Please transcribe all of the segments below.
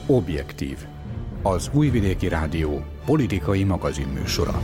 Objektív. Az Újvidéki Rádió politikai magazinműsora.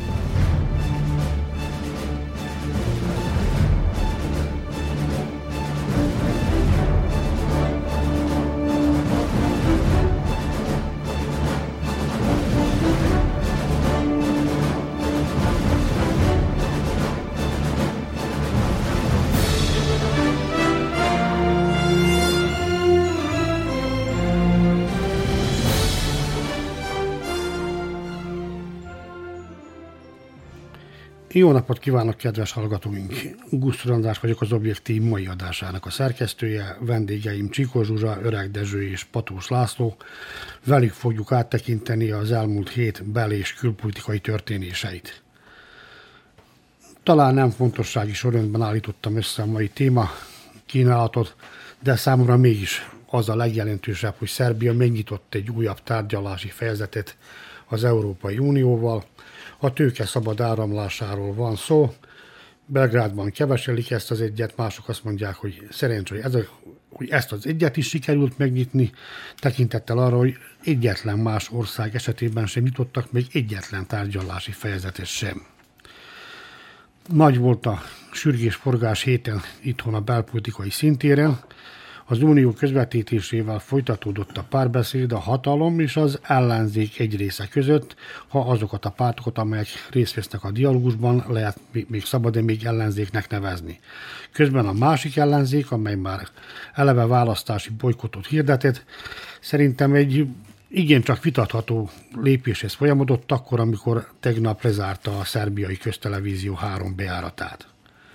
Jó napot kívánok, kedves hallgatóink! Gusztus András vagyok, az Objektív mai adásának a szerkesztője, vendégeim Csikó Zsuzsa, Öreg Dezső és Patós László. Velük fogjuk áttekinteni az elmúlt hét bel- és külpolitikai történéseit. Talán nem fontossági sorrendben állítottam össze a mai téma kínálatot, de számomra mégis az a legjelentősebb, hogy Szerbia megnyitott egy újabb tárgyalási fejezetet az Európai Unióval. A tőke szabad áramlásáról van szó. Belgrádban keveselik ezt az egyet, mások azt mondják, hogy szerencsé, hogy ezt az egyet is sikerült megnyitni, tekintettel arra, hogy egyetlen más ország esetében sem nyitottak még egyetlen tárgyalási fejezetet sem. Nagy volt a sürgés-forgás héten itthon a belpolitikai szintéren. Az unió közvetítésével folytatódott a párbeszéd a hatalom és az ellenzék egy része között, ha azokat a pártokat, amelyek részt vesznek a dialógusban, lehet még szabad, de még ellenzéknek nevezni. Közben a másik ellenzék, amely már eleve választási bolykottot hirdetett, szerintem egy igencsak vitatható lépéshez folyamodott akkor, amikor tegnap lezárta a szerbiai köztelevízió 3 bejáratát.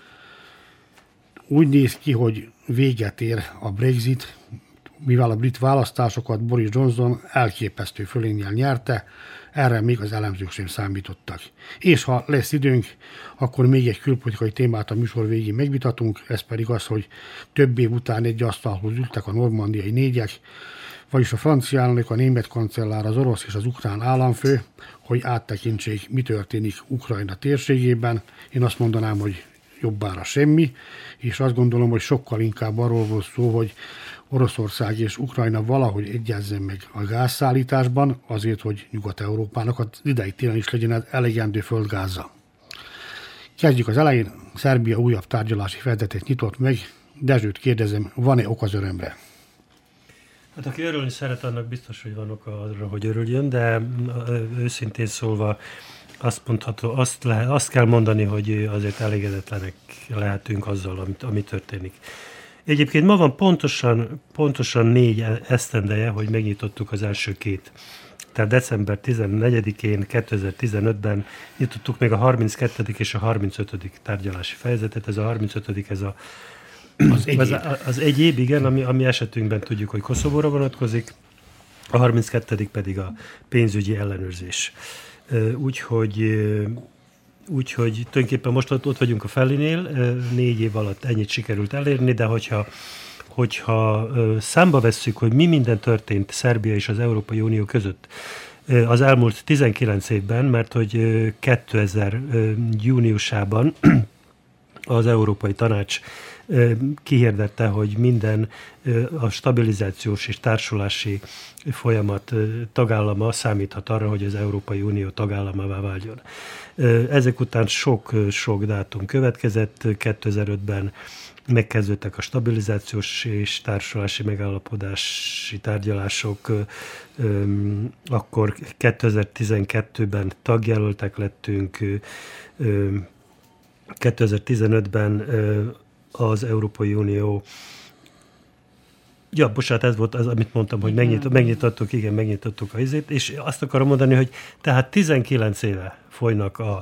Úgy néz ki, hogy véget ér a Brexit, mivel a brit választásokat Boris Johnson elképesztő fölénnyel nyerte, erre még az elemzők sem számítottak. És ha lesz időnk, akkor még egy külpolitikai témát a műsor végén megvitatunk, ez pedig az, hogy több év után egy asztalhoz ültek a normandiai négyek, vagyis a francia elnök, a német kancellár, az orosz és az ukrán államfő, hogy áttekintsék, mi történik Ukrajna térségében. Én azt mondanám, hogy jobbára semmi, és azt gondolom, hogy sokkal inkább arról volt szó, hogy Oroszország és Ukrajna valahogy egyezzen meg a gázszállításban, azért, hogy Nyugat-Európának az idei télen is legyen elegendő földgáza. Kezdjük az elején. Szerbia újabb tárgyalási fejezetet nyitott meg. Dezsőt kérdezem, van-e ok az örömre? Hát aki örülni szeret, annak biztos, hogy van oka arra, hogy örüljön, de őszintén szólva azt mondható, azt kell mondani, hogy azért elégedetlenek lehetünk azzal, ami történik. Egyébként ma van pontosan 4 esztendeje, hogy megnyitottuk az első 2. Tehát december 14-én 2015-ben nyitottuk meg a 32. és a 35. tárgyalási fejezetet. Ez a 35. ez az egyéb, igen, ami esetünkben tudjuk, hogy Koszovóra vonatkozik, a 32. pedig a pénzügyi ellenőrzés. Úgyhogy tulajdonképpen most ott vagyunk a felénél, 4 év alatt ennyit sikerült elérni, de hogyha számba vesszük, hogy mi minden történt Szerbia és az Európai Unió között az elmúlt 19 évben, mert hogy 2000 júniusában az Európai Tanács kihirdette, hogy minden a stabilizációs és társulási folyamat tagállama számíthat arra, hogy az Európai Unió tagállamává váljon. Ezek után sok dátum következett. 2005-ben megkezdődtek a stabilizációs és társulási megállapodási tárgyalások, akkor 2012-ben tagjelöltek lettünk, 2015-ben az Európai Unió, ez volt az, amit mondtam, hogy megnyitottuk a izét, és azt akarom mondani, hogy tehát 19 éve folynak a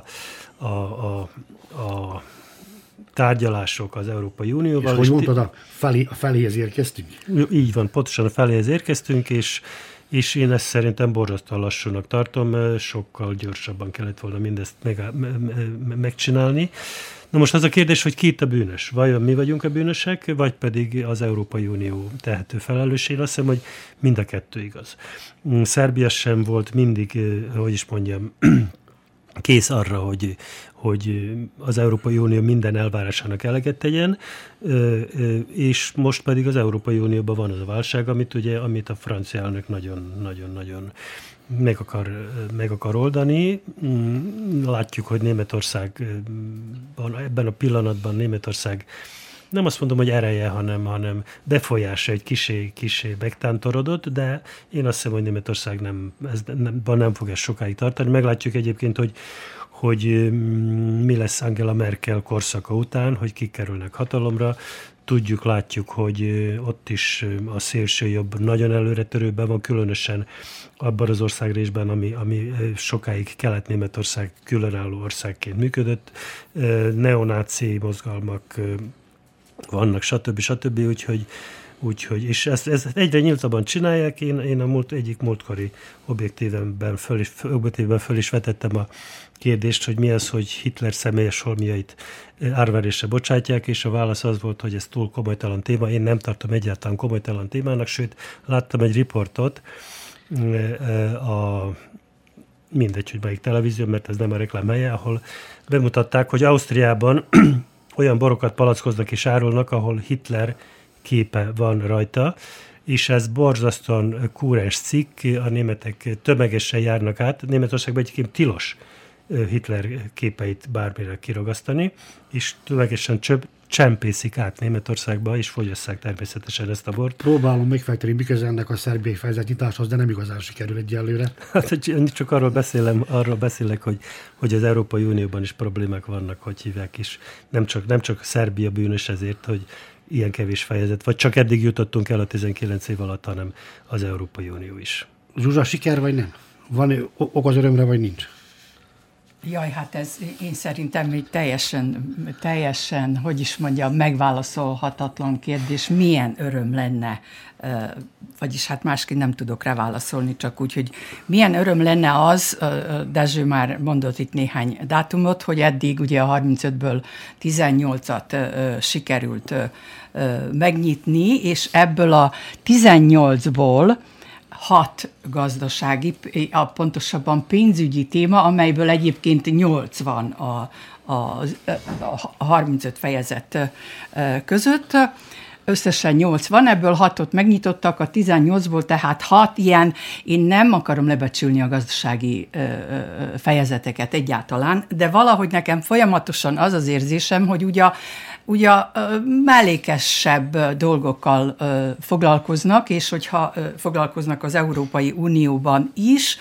tárgyalások az Európai Unióval. És hogy mondtad, a feléhez érkeztünk? Így van, pontosan a feléhez érkeztünk, és én ezt szerintem borzasztóan lassúnak tartom, sokkal gyorsabban kellett volna mindezt megcsinálni. Na most az a kérdés, hogy ki itt a bűnös? Vajon mi vagyunk a bűnösek, vagy pedig az Európai Unió tehető felelős? Én azt hiszem, hogy mind a kettő igaz. Szerbia sem volt mindig, kész arra, hogy az Európai Unió minden elvárásának eleget tegyen, és most pedig az Európai Unióban van az a válság, amit a francia elnök nagyon meg akar oldani. Látjuk, hogy Németországban, ebben a pillanatban Németország nem azt mondom, hogy ereje, hanem befolyása egy kisé megtántorodott, de én azt hiszem, hogy Németország nem fog ezt sokáig tartani. Meglátjuk egyébként, hogy mi lesz Angela Merkel korszaka után, hogy kik kerülnek hatalomra. Látjuk, hogy ott is a szélsőjobb nagyon előretörőben van, különösen abban az országrészben, ami sokáig Kelet-Németország különálló országként működött. Neonáci mozgalmak vannak, stb. Úgyhogy és ezt egyre nyíltabban csinálják. Én a egyik múltkori objektívben föl is vetettem a kérdést, hogy mi az, hogy Hitler személyes holmiait árverésre bocsátják, és a válasz az volt, hogy ez túl komolytalan téma. Én nem tartom egyáltalán komolytalan témának, sőt, láttam egy riportot, mindegy, hogy melyik televízió, mert ez nem a reklám helye, ahol bemutatták, hogy Ausztriában olyan borokat palackoznak és árulnak, ahol Hitler képe van rajta, és ez borzasztóan kúrens cikk, a németek tömegesen járnak át. Németországban egyébként tilos Hitler képeit bármire kiragasztani, és tömegesen csempészik át Németországba, és fogyasszák természetesen ezt a bort. Próbálom megfejteni, miközben ennek a szerbiai fejezet nyitáshoz, de nem igazán sikerül egyelőre. Hát csak arról beszélek, hogy az Európai Unióban is problémák vannak, hogy hívják is. Nem csak Szerbia bűnös ezért, hogy ilyen kevés fejezet, vagy csak eddig jutottunk el a 19 év alatt, hanem az Európai Unió is. Zsuzsa, siker vagy nem? Van ok az örömre, vagy nincs? Jaj, hát ez én szerintem egy teljesen, hogy is mondjam, megválaszolhatatlan kérdés. Milyen öröm lenne, vagyis hát másként nem tudok rá válaszolni, csak úgy, hogy milyen öröm lenne az, Dezső már mondott itt néhány dátumot, hogy eddig ugye a 35-ből 18-at sikerült megnyitni, és ebből a 18-ból 6 gazdasági, pontosabban pénzügyi téma, amelyből egyébként 8 van a 35 fejezet között. Összesen 8 van, ebből 6-ot megnyitottak, a 18-ból tehát 6 ilyen, én nem akarom lebecsülni a gazdasági fejezeteket egyáltalán, de valahogy nekem folyamatosan az az érzésem, hogy ugye mellékesebb dolgokkal foglalkoznak, és hogyha foglalkoznak az Európai Unióban is,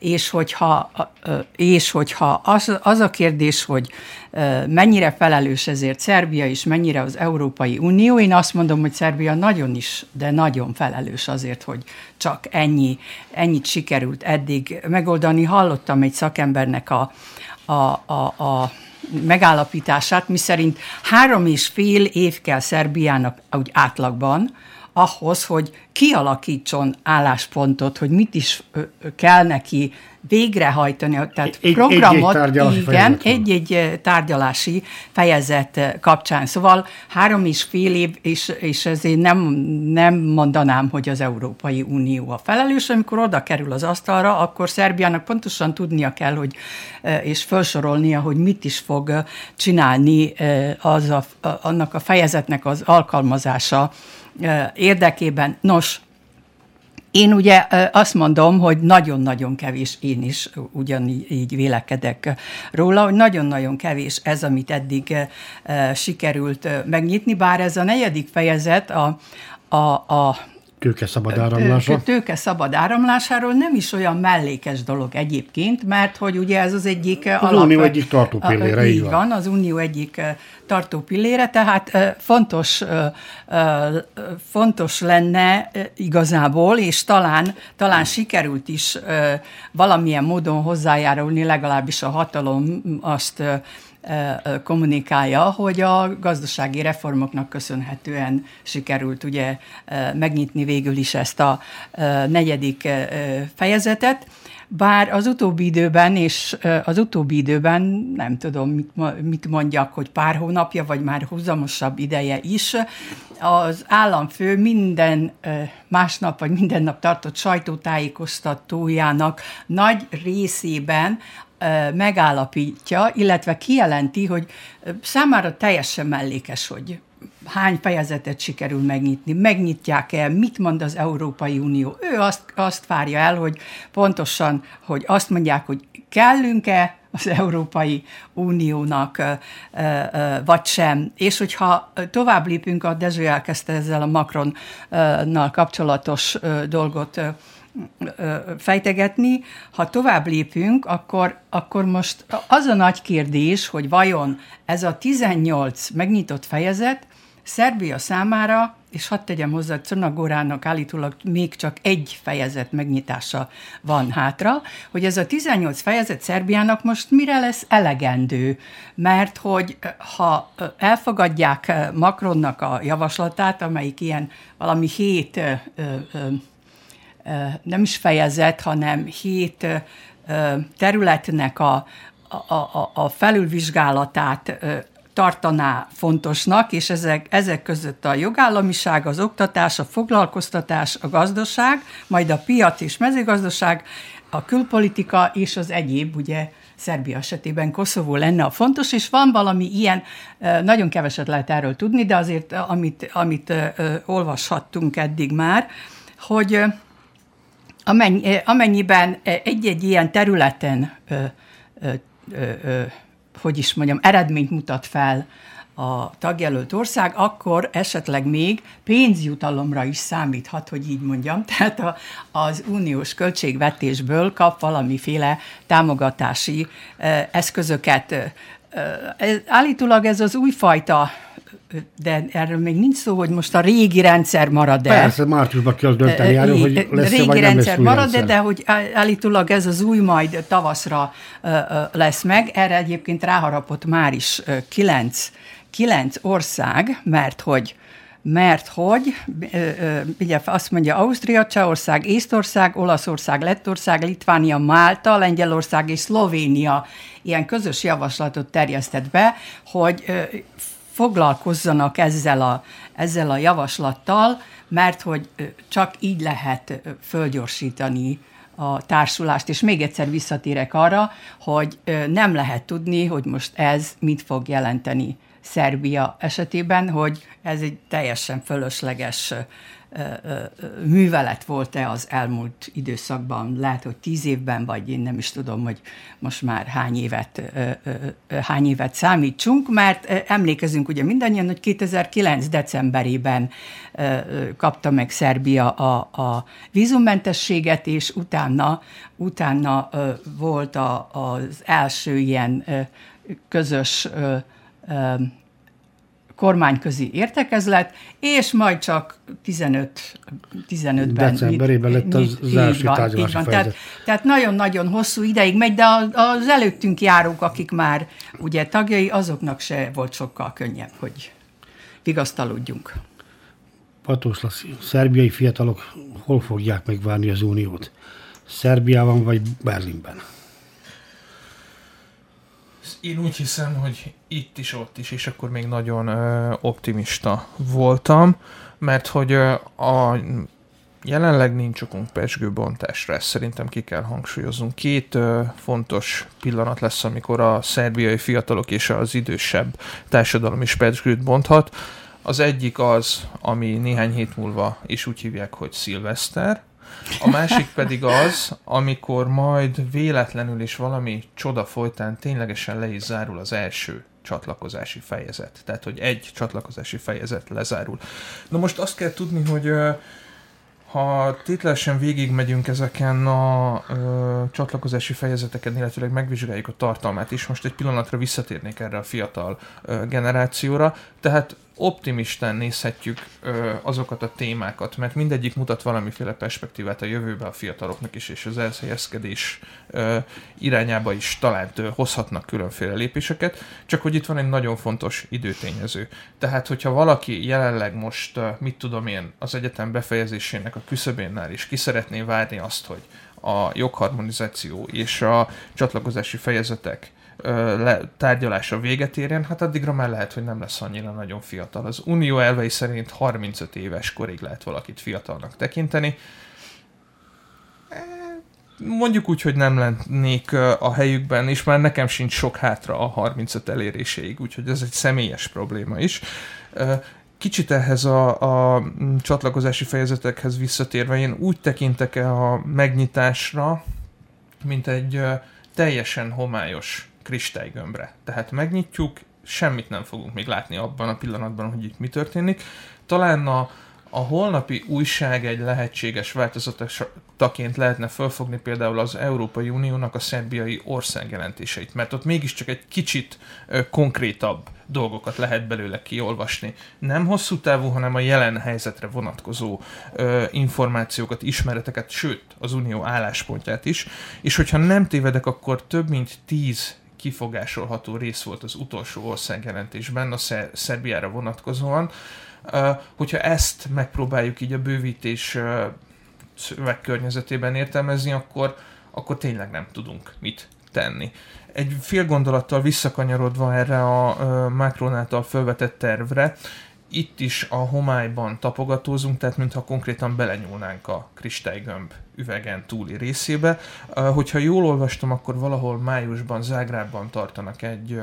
és hogyha az a kérdés, hogy mennyire felelős ezért Szerbia és mennyire az Európai Unió, én azt mondom, hogy Szerbia nagyon is, de nagyon felelős azért, hogy csak ennyit sikerült eddig megoldani. Hallottam egy szakembernek a megállapítását, miszerint 3,5 év kell Szerbiának úgy átlagban ahhoz, hogy kialakítson álláspontot, hogy mit is kell neki végrehajtani, tehát programot, egy tárgyalási fejezet kapcsán. Szóval 3,5 év, és ezért nem mondanám, hogy az Európai Unió a felelős. Amikor oda kerül az asztalra, akkor Szerbiának pontosan tudnia kell, hogy, és felsorolnia, hogy mit is fog csinálni annak a fejezetnek az alkalmazása érdekében. Nos, én ugye azt mondom, hogy nagyon-nagyon kevés, én is ugyanígy vélekedek róla, hogy nagyon-nagyon kevés ez, amit eddig sikerült megnyitni, bár ez a 4. fejezet a tőke szabad áramlása. Tőke szabad áramlásáról nem is olyan mellékes dolog egyébként, mert hogy ugye ez az egyik az Unió egyik tartópillére, így van, az Unió egyik tartópillére, tehát fontos lenne igazából, és talán sikerült is valamilyen módon hozzájárulni, legalábbis a hatalom azt kommunikálja, hogy a gazdasági reformoknak köszönhetően sikerült ugye megnyitni végül is ezt a 4. fejezetet, bár az utóbbi időben nem tudom, mit mondjak, hogy pár hónapja, vagy már húzamosabb ideje is, az államfő minden másnap, vagy minden nap tartott sajtótájékoztatójának nagy részében megállapítja, illetve kijelenti, hogy számára teljesen mellékes, hogy hány fejezetet sikerül megnyitni, megnyitják-e, mit mond az Európai Unió. Ő azt várja el, hogy pontosan, hogy azt mondják, hogy kellünk-e az Európai Uniónak, vagy sem. És hogyha tovább lépünk, a Dezső elkezdte ezzel a Macronnal kapcsolatos dolgot fejtegetni, ha tovább lépünk, akkor most az a nagy kérdés, hogy vajon ez a 18 megnyitott fejezet Szerbia számára, és hadd tegyem hozzá, hogy Crna-Gorának állítólag még csak egy fejezet megnyitása van hátra, hogy ez a 18 fejezet Szerbiának most mire lesz elegendő, mert hogy ha elfogadják Macronnak a javaslatát, amelyik ilyen valami 7 nem is fejezet, hanem 7 területnek a felülvizsgálatát tartaná fontosnak, és ezek között a jogállamiság, az oktatás, a foglalkoztatás, a gazdaság, majd a piac és mezőgazdaság, a külpolitika és az egyéb, ugye Szerbia esetében Koszovó lenne a fontos, és van valami ilyen, nagyon keveset lehet erről tudni, de azért amit olvashattunk eddig már, hogy amennyiben egy-egy ilyen területen hogy is mondjam, eredményt mutat fel a tagjelölt ország, akkor esetleg még pénzjutalomra is számíthat, hogy így mondjam. Tehát az uniós költségvetésből kap valamiféle támogatási eszközöket. Állítólag ez az újfajta, de erről még nincs szó, hogy most a régi rendszer marad-e. Persze, márciusban kell dönteni erről, hogy lesz-e régi vagy nem lesz új marad-e, de hogy állítólag ez az új majd tavaszra lesz meg. Erre egyébként ráharapott már is 9 ország, mert hogy ugye azt mondja Ausztria, Csehország, Észtország, Olaszország, Lettország, Litvánia, Málta, Lengyelország és Szlovénia ilyen közös javaslatot terjesztett be, hogy foglalkozzanak ezzel a javaslattal, mert hogy csak így lehet fölgyorsítani a társulást. És még egyszer visszatérek arra, hogy nem lehet tudni, hogy most ez mit fog jelenteni Szerbia esetében, hogy ez egy teljesen fölösleges művelet volt-e az elmúlt időszakban, lehet, hogy 10 évben, vagy én nem is tudom, hogy most már hány évet számítsunk, mert emlékezünk ugye mindannyian, hogy 2009. decemberében kapta meg Szerbia a vízummentességet, és utána volt az első ilyen közös kormányközi értekezlet, és majd csak 15-ben... Decemberében lett az első tárgyalási fejezet. Tehát nagyon-nagyon hosszú ideig megy, de az előttünk járók, akik már ugye tagjai, azoknak se volt sokkal könnyebb, hogy vigasztalódjunk. Patós Laci, szerbiai fiatalok hol fogják megvárni az uniót? Szerbiában vagy Berlinben? Én úgy hiszem, hogy itt is, ott is, és akkor még nagyon optimista voltam, mert hogy jelenleg nincs okunk pezsgőbontásra, ezt szerintem ki kell hangsúlyoznunk. 2 fontos pillanat lesz, amikor a szerbiai fiatalok és az idősebb társadalom is pezsgőt bonthat. Az egyik az, ami néhány hét múlva is úgy hívják, hogy szilveszter. A másik pedig az, amikor majd véletlenül és valami csoda folytán ténylegesen le is zárul az első csatlakozási fejezet. Tehát, hogy egy csatlakozási fejezet lezárul. Na most azt kell tudni, hogy ha tételesen végigmegyünk ezeken a csatlakozási fejezeteken, illetőleg megvizsgáljuk a tartalmát is, most egy pillanatra visszatérnék erre a fiatal generációra, tehát optimistán nézhetjük azokat a témákat, mert mindegyik mutat valamiféle perspektívát a jövőbe a fiataloknak is, és az elhelyezkedés irányába is talán hozhatnak különféle lépéseket, csak hogy itt van egy nagyon fontos időtényező. Tehát, hogyha valaki jelenleg most, mit tudom én, az egyetem befejezésének a küszöbénnál is ki szeretné várni azt, hogy a jogharmonizáció és a csatlakozási fejezetek tárgyalása véget érjen, hát addigra már lehet, hogy nem lesz annyira nagyon fiatal. Az unió elvei szerint 35 éves korig lehet valakit fiatalnak tekinteni. mondjuk úgy, hogy nem lennék a helyükben, és már nekem sincs sok hátra a 35 eléréséig, úgyhogy ez egy személyes probléma is. Kicsit ehhez a csatlakozási fejezetekhez visszatérve, én úgy tekintek a megnyitásra, mint egy teljesen homályos kristálygömbre. Tehát megnyitjuk, semmit nem fogunk még látni abban a pillanatban, hogy itt mi történik. Talán a holnapi újság egy lehetséges változataként lehetne felfogni például az Európai Uniónak a szerbiai országjelentéseit, mert ott mégiscsak egy kicsit konkrétabb dolgokat lehet belőle kiolvasni. Nem hosszú távú, hanem a jelen helyzetre vonatkozó információkat, ismereteket, sőt, az Unió álláspontját is. És hogyha nem tévedek, akkor több mint 10 kifogásolható rész volt az utolsó országjelentésben a Szerbiára vonatkozóan. Hogyha ezt megpróbáljuk így a bővítés szövegkörnyezetében értelmezni, akkor tényleg nem tudunk mit tenni. Egy fél gondolattal visszakanyarodva erre a Macron által felvetett tervre, itt is a homályban tapogatózunk, tehát mintha konkrétan belenyúlnánk a kristálygömb üvegen túli részébe. Hogyha jól olvastam, akkor valahol májusban Zágrábban tartanak egy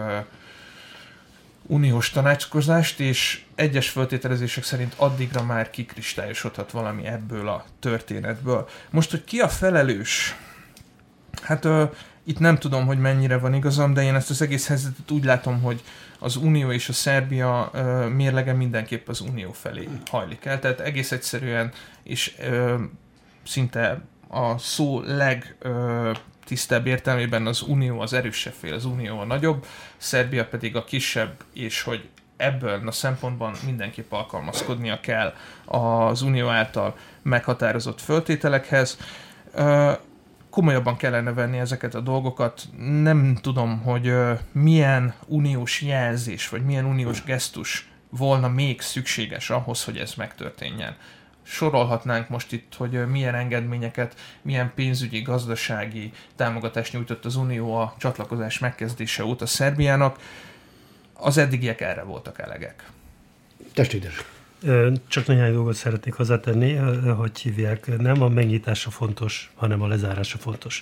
uniós tanácskozást, és egyes feltételezések szerint addigra már kikristályosodhat valami ebből a történetből. Most, hogy ki a felelős? Hát itt nem tudom, hogy mennyire van igazam, de én ezt az egész helyzetet úgy látom, hogy az Unió és a Szerbia mérlege mindenképp az Unió felé hajlik el. Tehát egész egyszerűen, és szinte a szó legtisztább értelmében az Unió az erősebb fél, az Unió a nagyobb, Szerbia pedig a kisebb, és hogy ebből a szempontban mindenképp alkalmazkodnia kell az Unió által meghatározott feltételekhez. Komolyabban kellene venni ezeket a dolgokat. Nem tudom, hogy milyen uniós jelzés, vagy milyen uniós gesztus volna még szükséges ahhoz, hogy ez megtörténjen. Sorolhatnánk most itt, hogy milyen engedményeket, milyen pénzügyi, gazdasági támogatást nyújtott az Unió a csatlakozás megkezdése óta Szerbiának. Az eddigiek erre voltak elegek. Testédes. Csak néhány dolgot szeretnék hozzátenni, hogy hívják, nem a megnyitása fontos, hanem a lezárása fontos.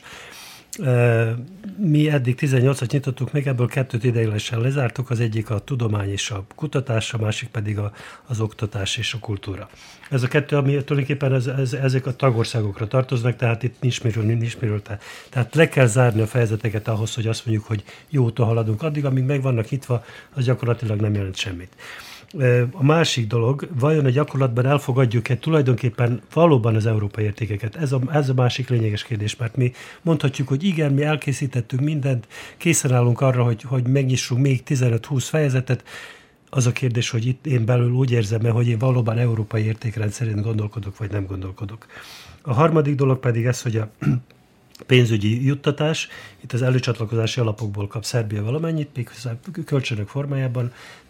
Mi eddig 18-at nyitottuk meg, ebből 2 ideiglenesen lezártuk, az egyik a tudomány és a kutatás, a másik pedig az oktatás és a kultúra. Ez a 2, ami tulajdonképpen ezek a tagországokra tartoznak, tehát itt nincs miről. Tehát le kell zárni a fejezeteket ahhoz, hogy azt mondjuk, hogy jó úton haladunk. Addig, amíg meg vannak nyitva, az gyakorlatilag nem jelent semmit. A másik dolog, vajon a gyakorlatban elfogadjuk-e tulajdonképpen valóban az európai értékeket? Ez a másik lényeges kérdés, mert mi mondhatjuk, hogy igen, mi elkészítettünk mindent, készen állunk arra, hogy megnyissunk még 15-20 fejezetet. Az a kérdés, hogy itt én belül úgy érzem-e, hogy én valóban európai értékrend szerint gondolkodok, vagy nem gondolkodok. A harmadik dolog pedig ez, hogy a pénzügyi juttatás, itt az előcsatlakozási alapokból kap Szerbia valamennyit, még kölcsönök formájában,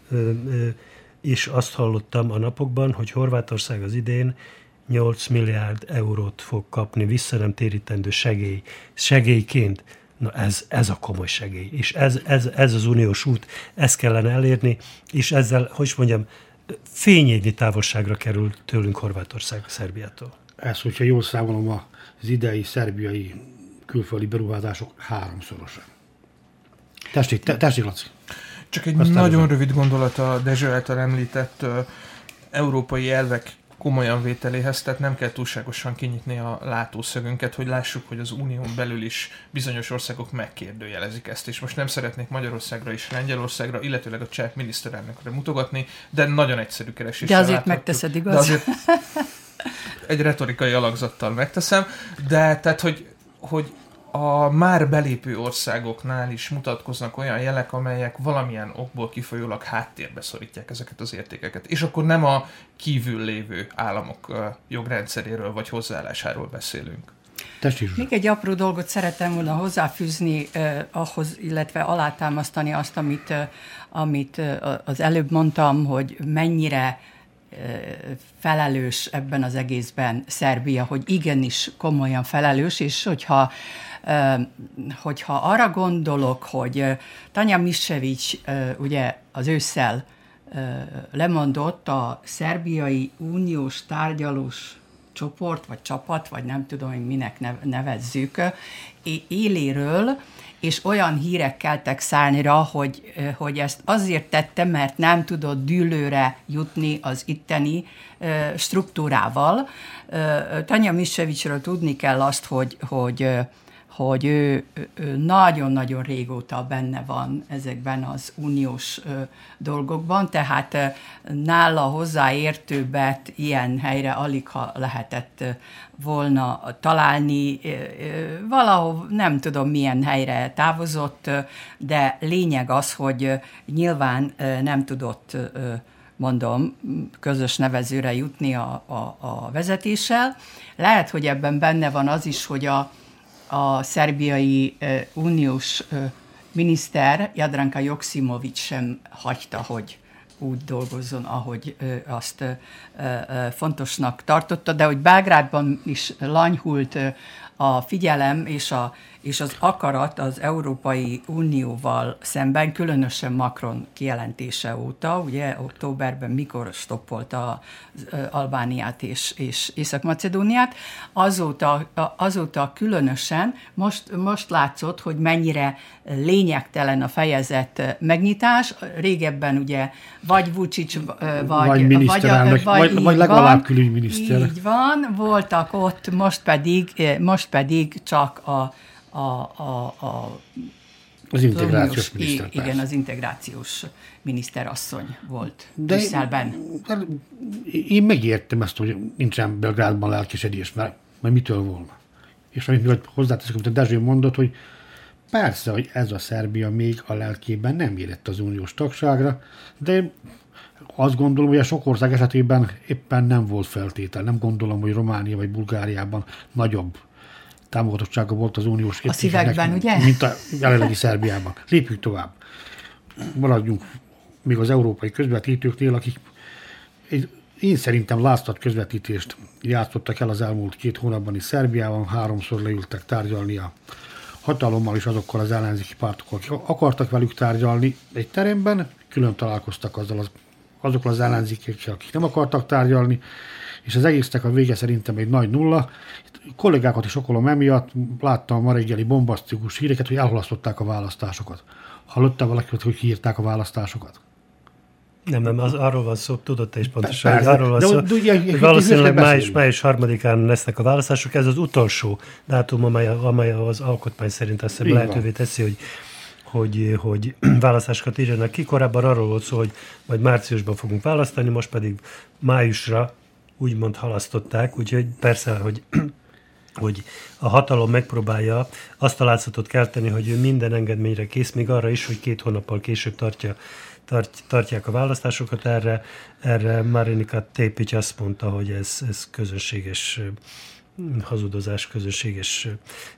és azt hallottam a napokban, hogy Horvátország az idén 8 milliárd eurót fog kapni vissza nem térítendő segélyként. Na ez a komoly segély, és ez az uniós út, ezt kellene elérni, és ezzel, hogy mondjam, fényévnyi távolságra kerül tőlünk Horvátország Szerbiától. Ez, hogyha jól számolom, az idei szerbiai külföldi beruházások 3-szorosa. Tessék, Laci. Csak egy nagyon rövid gondolat a Dezső által említett európai elvek komolyan vételéhez, tehát nem kell túlságosan kinyitni a látószögünket, hogy lássuk, hogy az unión belül is bizonyos országok megkérdőjelezik ezt, és most nem szeretnék Magyarországra és Lengyelországra, illetőleg a cseh miniszterelnökre mutogatni, de nagyon egyszerű kereséssel de azért láthatjuk. Megteszed, igaz? De azért egy retorikai alakzattal megteszem, de tehát, hogy a már belépő országoknál is mutatkoznak olyan jelek, amelyek valamilyen okból kifolyólag háttérbe szorítják ezeket az értékeket. És akkor nem a kívül lévő államok jogrendszeréről vagy hozzáállásáról beszélünk. Még egy apró dolgot szeretem volna hozzáfűzni ahhoz, illetve alátámasztani azt, amit az előbb mondtam, hogy mennyire felelős ebben az egészben Szerbia, hogy igenis komolyan felelős, és hogyha arra gondolok, hogy Tanja Mišević ugye az ősszel lemondott a szerbiai uniós csoport, vagy csapat, vagy nem tudom, hogy minek nevezzük, éléről, és olyan hírek keltek szárnyra, hogy ezt azért tette, mert nem tudott dűlőre jutni az itteni struktúrával. Tanja Misevicsről tudni kell azt, hogy ő nagyon-nagyon régóta benne van ezekben az uniós dolgokban, tehát nála hozzáértőbbet ilyen helyre alig ha lehetett volna találni. Valahol nem tudom milyen helyre távozott, de lényeg az, hogy nyilván nem tudott, mondom, közös nevezőre jutni a vezetéssel. Lehet, hogy ebben benne van az is, hogy a szerbiai uniós miniszter, Jadranka Joksimović sem hagyta, hogy úgy dolgozzon, ahogy azt fontosnak tartotta, de hogy Belgrádban is lanyhult a figyelem és az akarat az Európai Unióval szemben, különösen Macron kijelentése óta, ugye októberben mikor stoppolta Albániát és Észak-Macedóniát, azóta különösen most látszott, hogy mennyire lényegtelen a fejezet megnyitás. Régebben ugye vagy Vučić, vagy miniszterelnök, vagy legalább külügyminiszter. Így van, voltak ott, most pedig csak az integrációs miniszter. Igen, az integrációs miniszterasszony volt Brüsszelben. Én megértem ezt, hogy nincsen Belgrádban lelkesedés, mert mitől volna. És amit hozzáteszek, amit a Dezső mondott, hogy persze, hogy ez a Szerbia még a lelkében nem érett az uniós tagságra, de azt gondolom, hogy a sok ország esetében éppen nem volt feltétel. Nem gondolom, hogy Románia vagy Bulgáriában nagyobb támogatottsága volt az uniós szívekben, ugye? Mint a jelenlegi Szerbiában. Lépjük tovább. Maradjunk még az európai közvetítőknél, akik én szerintem láztat közvetítést játszottak el az elmúlt 2 hónapban is Szerbiában, 3-szor leültek tárgyalni a hatalommal és azokkal az ellenzéki pártokkal, akik akartak velük tárgyalni egy teremben, külön találkoztak azokkal az ellenzékekkel, akik nem akartak tárgyalni, és az egésznek a vége szerintem egy nagy nulla. Kollégákat is okolom emiatt, láttam ma reggeli bombasztikus híreket, hogy elhalasztották a választásokat. Hallottál valakit, hogy kiírták a választásokat? Nem, arról van szó, tudod te is pontosan, hogy arról van szó, hogy valószínűleg május 3-án lesznek a választások. Ez az utolsó dátum, amely az alkotmány szerint azt hiszem lehetővé teszi, hogy választásokat írjanak ki. Korábban arról volt szó, hogy majd márciusban fogunk választani, most pedig májusra úgymond halasztották, úgyhogy persze, hogy a hatalom megpróbálja azt a látszatot kelteni, hogy ő minden engedményre kész, még arra is, hogy 2 hónappal később tartják a választásokat. Erre Marinika Tepic azt mondta, hogy ez közönséges hazudozás, közönséges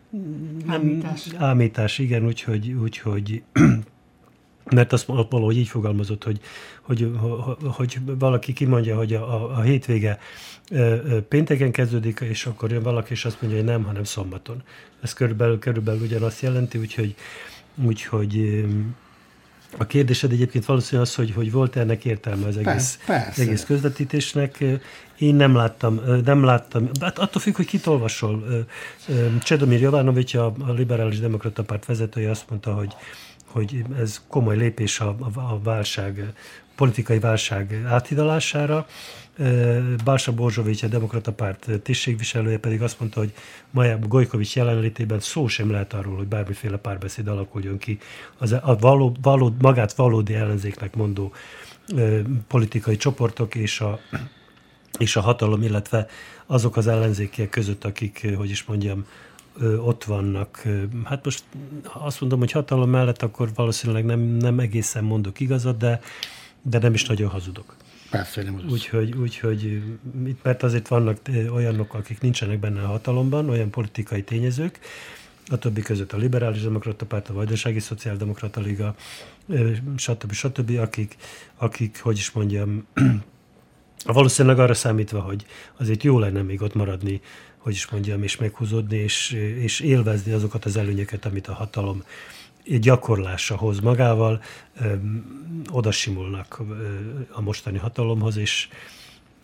ámítás, igen, úgyhogy mert azt valahogy így fogalmazott, hogy valaki kimondja, hogy a hétvége pénteken kezdődik, és akkor jön valaki, és azt mondja, hogy nem, hanem szombaton. Ez körülbelül ugyanazt jelenti, úgyhogy a kérdésed egyébként valószínűleg az, hogy volt ennek értelme az egész közvetítésnek. Én nem láttam. Hát attól függ, hogy kit olvasol. Csedomir Jovanović, a liberális demokrata párt vezetője azt mondta, hogy ez komoly lépés a válság, politikai válság áthidalására. Balša Božović, a demokrata párt tisztségviselője pedig azt mondta, hogy Maja Gojković jelenlétében szó sem lehet arról, hogy bármiféle párbeszéd alakuljon ki. Magát valódi ellenzéknek mondó politikai csoportok és a hatalom, illetve azok az ellenzékiek között, akik, hogy is mondjam, ott vannak. Hát most azt mondom, hogy hatalom mellett, akkor valószínűleg nem egészen mondok igazat, de nem is nagyon hazudok. Persze, nem az. Úgyhogy mert azért vannak olyanok, akik nincsenek benne a hatalomban, olyan politikai tényezők, a többi között a Liberális Demokrata Párt, a Vajdasági Szociáldemokrata Liga, stb., akik, hogy is mondjam, valószínűleg arra számítva, hogy azért jó lenne még ott maradni, hogy is mondjam, és meghúzódni, és élvezni azokat az előnyöket, amit a hatalom gyakorlása hoz magával, oda simulnak a mostani hatalomhoz,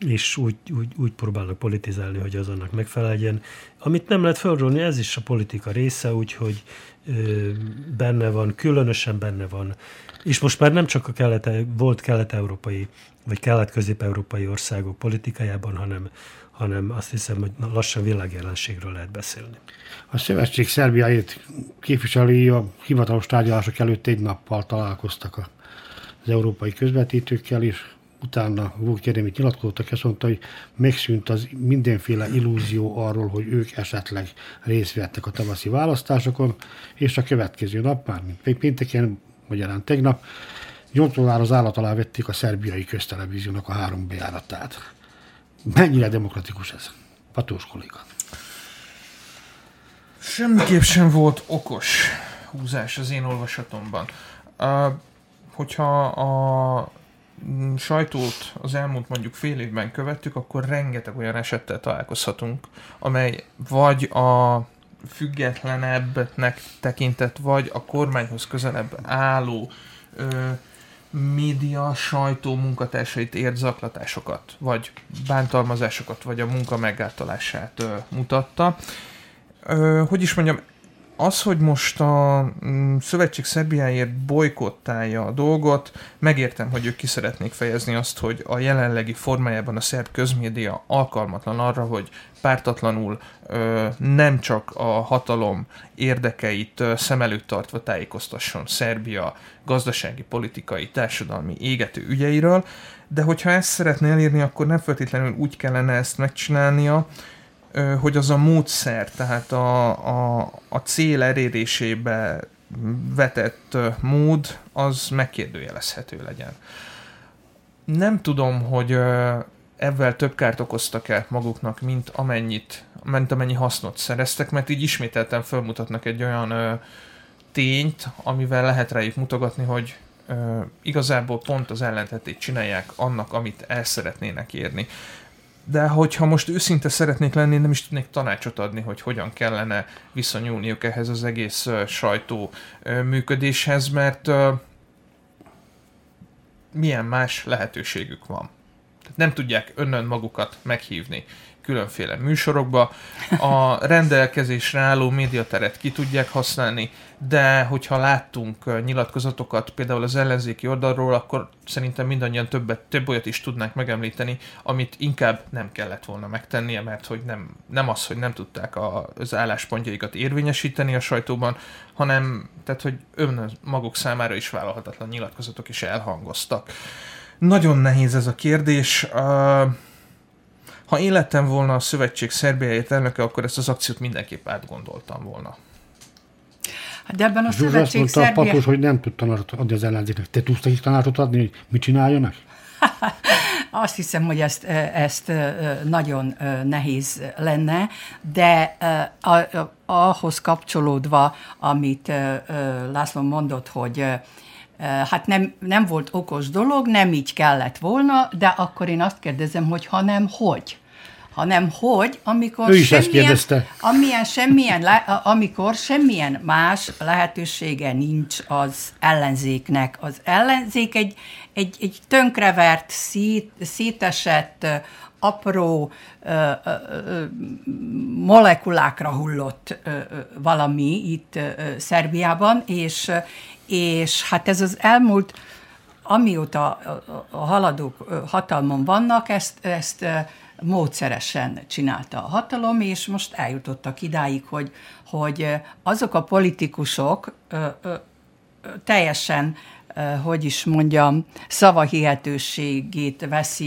és úgy próbálnak politizálni, hogy az annak megfeleljen. Amit nem lehet felrólni, ez is a politika része, úgyhogy benne van, különösen benne van. És most már nem csak a volt kelet-európai, vagy kelet-közép-európai országok politikájában, hanem azt hiszem, hogy lassan világjelenségről lehet beszélni. A szövetség Szerbiáért képviselői a hivatalos tárgyalások előtt egy nappal találkoztak az európai közvetítőkkel, és utána Vuk Jeremit nyilatkozottak, azt mondta, hogy megszűnt az mindenféle illúzió arról, hogy ők esetleg részt vettek a tavaszi választásokon, és a következő nap, már mint pénteken, magyarán tegnap, Gyontolára az állat alá vették a szerbiai köztelevíziónak a 3 bejáratát. Mennyire demokratikus ez? Patós kolléga. Semmiképp sem volt okos húzás az én olvasatomban. Hogyha a sajtót az elmúlt mondjuk fél évben követtük, akkor rengeteg olyan esettel találkozhatunk, amely vagy a függetlenebbnek tekintett, vagy a kormányhoz közelebb álló média, sajtó munkatársait ért zaklatásokat, vagy bántalmazásokat, vagy a munka megáltalását mutatta. Hogy is mondjam, az, hogy most a Szövetség Szerbiáért bojkottálja a dolgot, megértem, hogy ők ki szeretnék fejezni azt, hogy a jelenlegi formájában a szerb közmédia alkalmatlan arra, hogy pártatlanul nem csak a hatalom érdekeit szem előtt tartva tájékoztasson Szerbia gazdasági, politikai, társadalmi égető ügyeiről, de hogyha ezt szeretné elérni, akkor nem feltétlenül úgy kellene ezt megcsinálnia, hogy az a módszer, tehát a cél elérésébe vetett mód, az megkérdőjelezhető legyen. Nem tudom, hogy ebben több kárt okoztak-e maguknak, mint amennyi hasznot szereztek, mert így ismételten felmutatnak egy olyan tényt, amivel lehet rájuk mutogatni, hogy igazából pont az ellentetét csinálják annak, amit el szeretnének érni. De hogyha most őszinte szeretnék lenni, nem is tudnék tanácsot adni, hogy hogyan kellene viszonyulniuk ehhez az egész sajtó működéshez, mert milyen más lehetőségük van. Tehát nem tudják önnön magukat meghívni különféle műsorokba, a rendelkezésre álló médiateret ki tudják használni, de hogyha láttunk nyilatkozatokat például az ellenzéki oldalról, akkor szerintem mindannyian több olyat is tudnánk megemlíteni, amit inkább nem kellett volna megtennie, mert hogy nem az, hogy nem tudták az álláspontjaikat érvényesíteni a sajtóban, hanem tehát, hogy maguk számára is vállalhatatlan nyilatkozatok is elhangoztak. Nagyon nehéz ez a kérdés. Ha én lettem volna a Szövetség Szerbiáért elnöke, akkor ezt az akciót mindenképp átgondoltam volna. De ebben a Zsuzsa Szövetség azt mondta a Patós, hogy nem tud tanácsot adni az ellenzéknek. Te tudsz nekik tanácsot adni, hogy mit csináljanak? Azt hiszem, hogy ezt nagyon nehéz lenne, de ahhoz kapcsolódva, amit László mondott, hogy hát nem volt okos dolog, nem így kellett volna, de akkor én azt kérdezem, hogy hanem hogy, amikor ő is ezt kérdezte. amikor semmilyen más lehetősége nincs az ellenzéknek. Az ellenzék egy tönkrevert, szétesett, apró molekulákra hullott valami itt Szerbiában, és hát ez az elmúlt, amióta a haladók hatalmon vannak, ezt módszeresen csinálta a hatalom, és most eljutottak idáig, hogy azok a politikusok teljesen, hogy is mondjam, szavahihetőségüket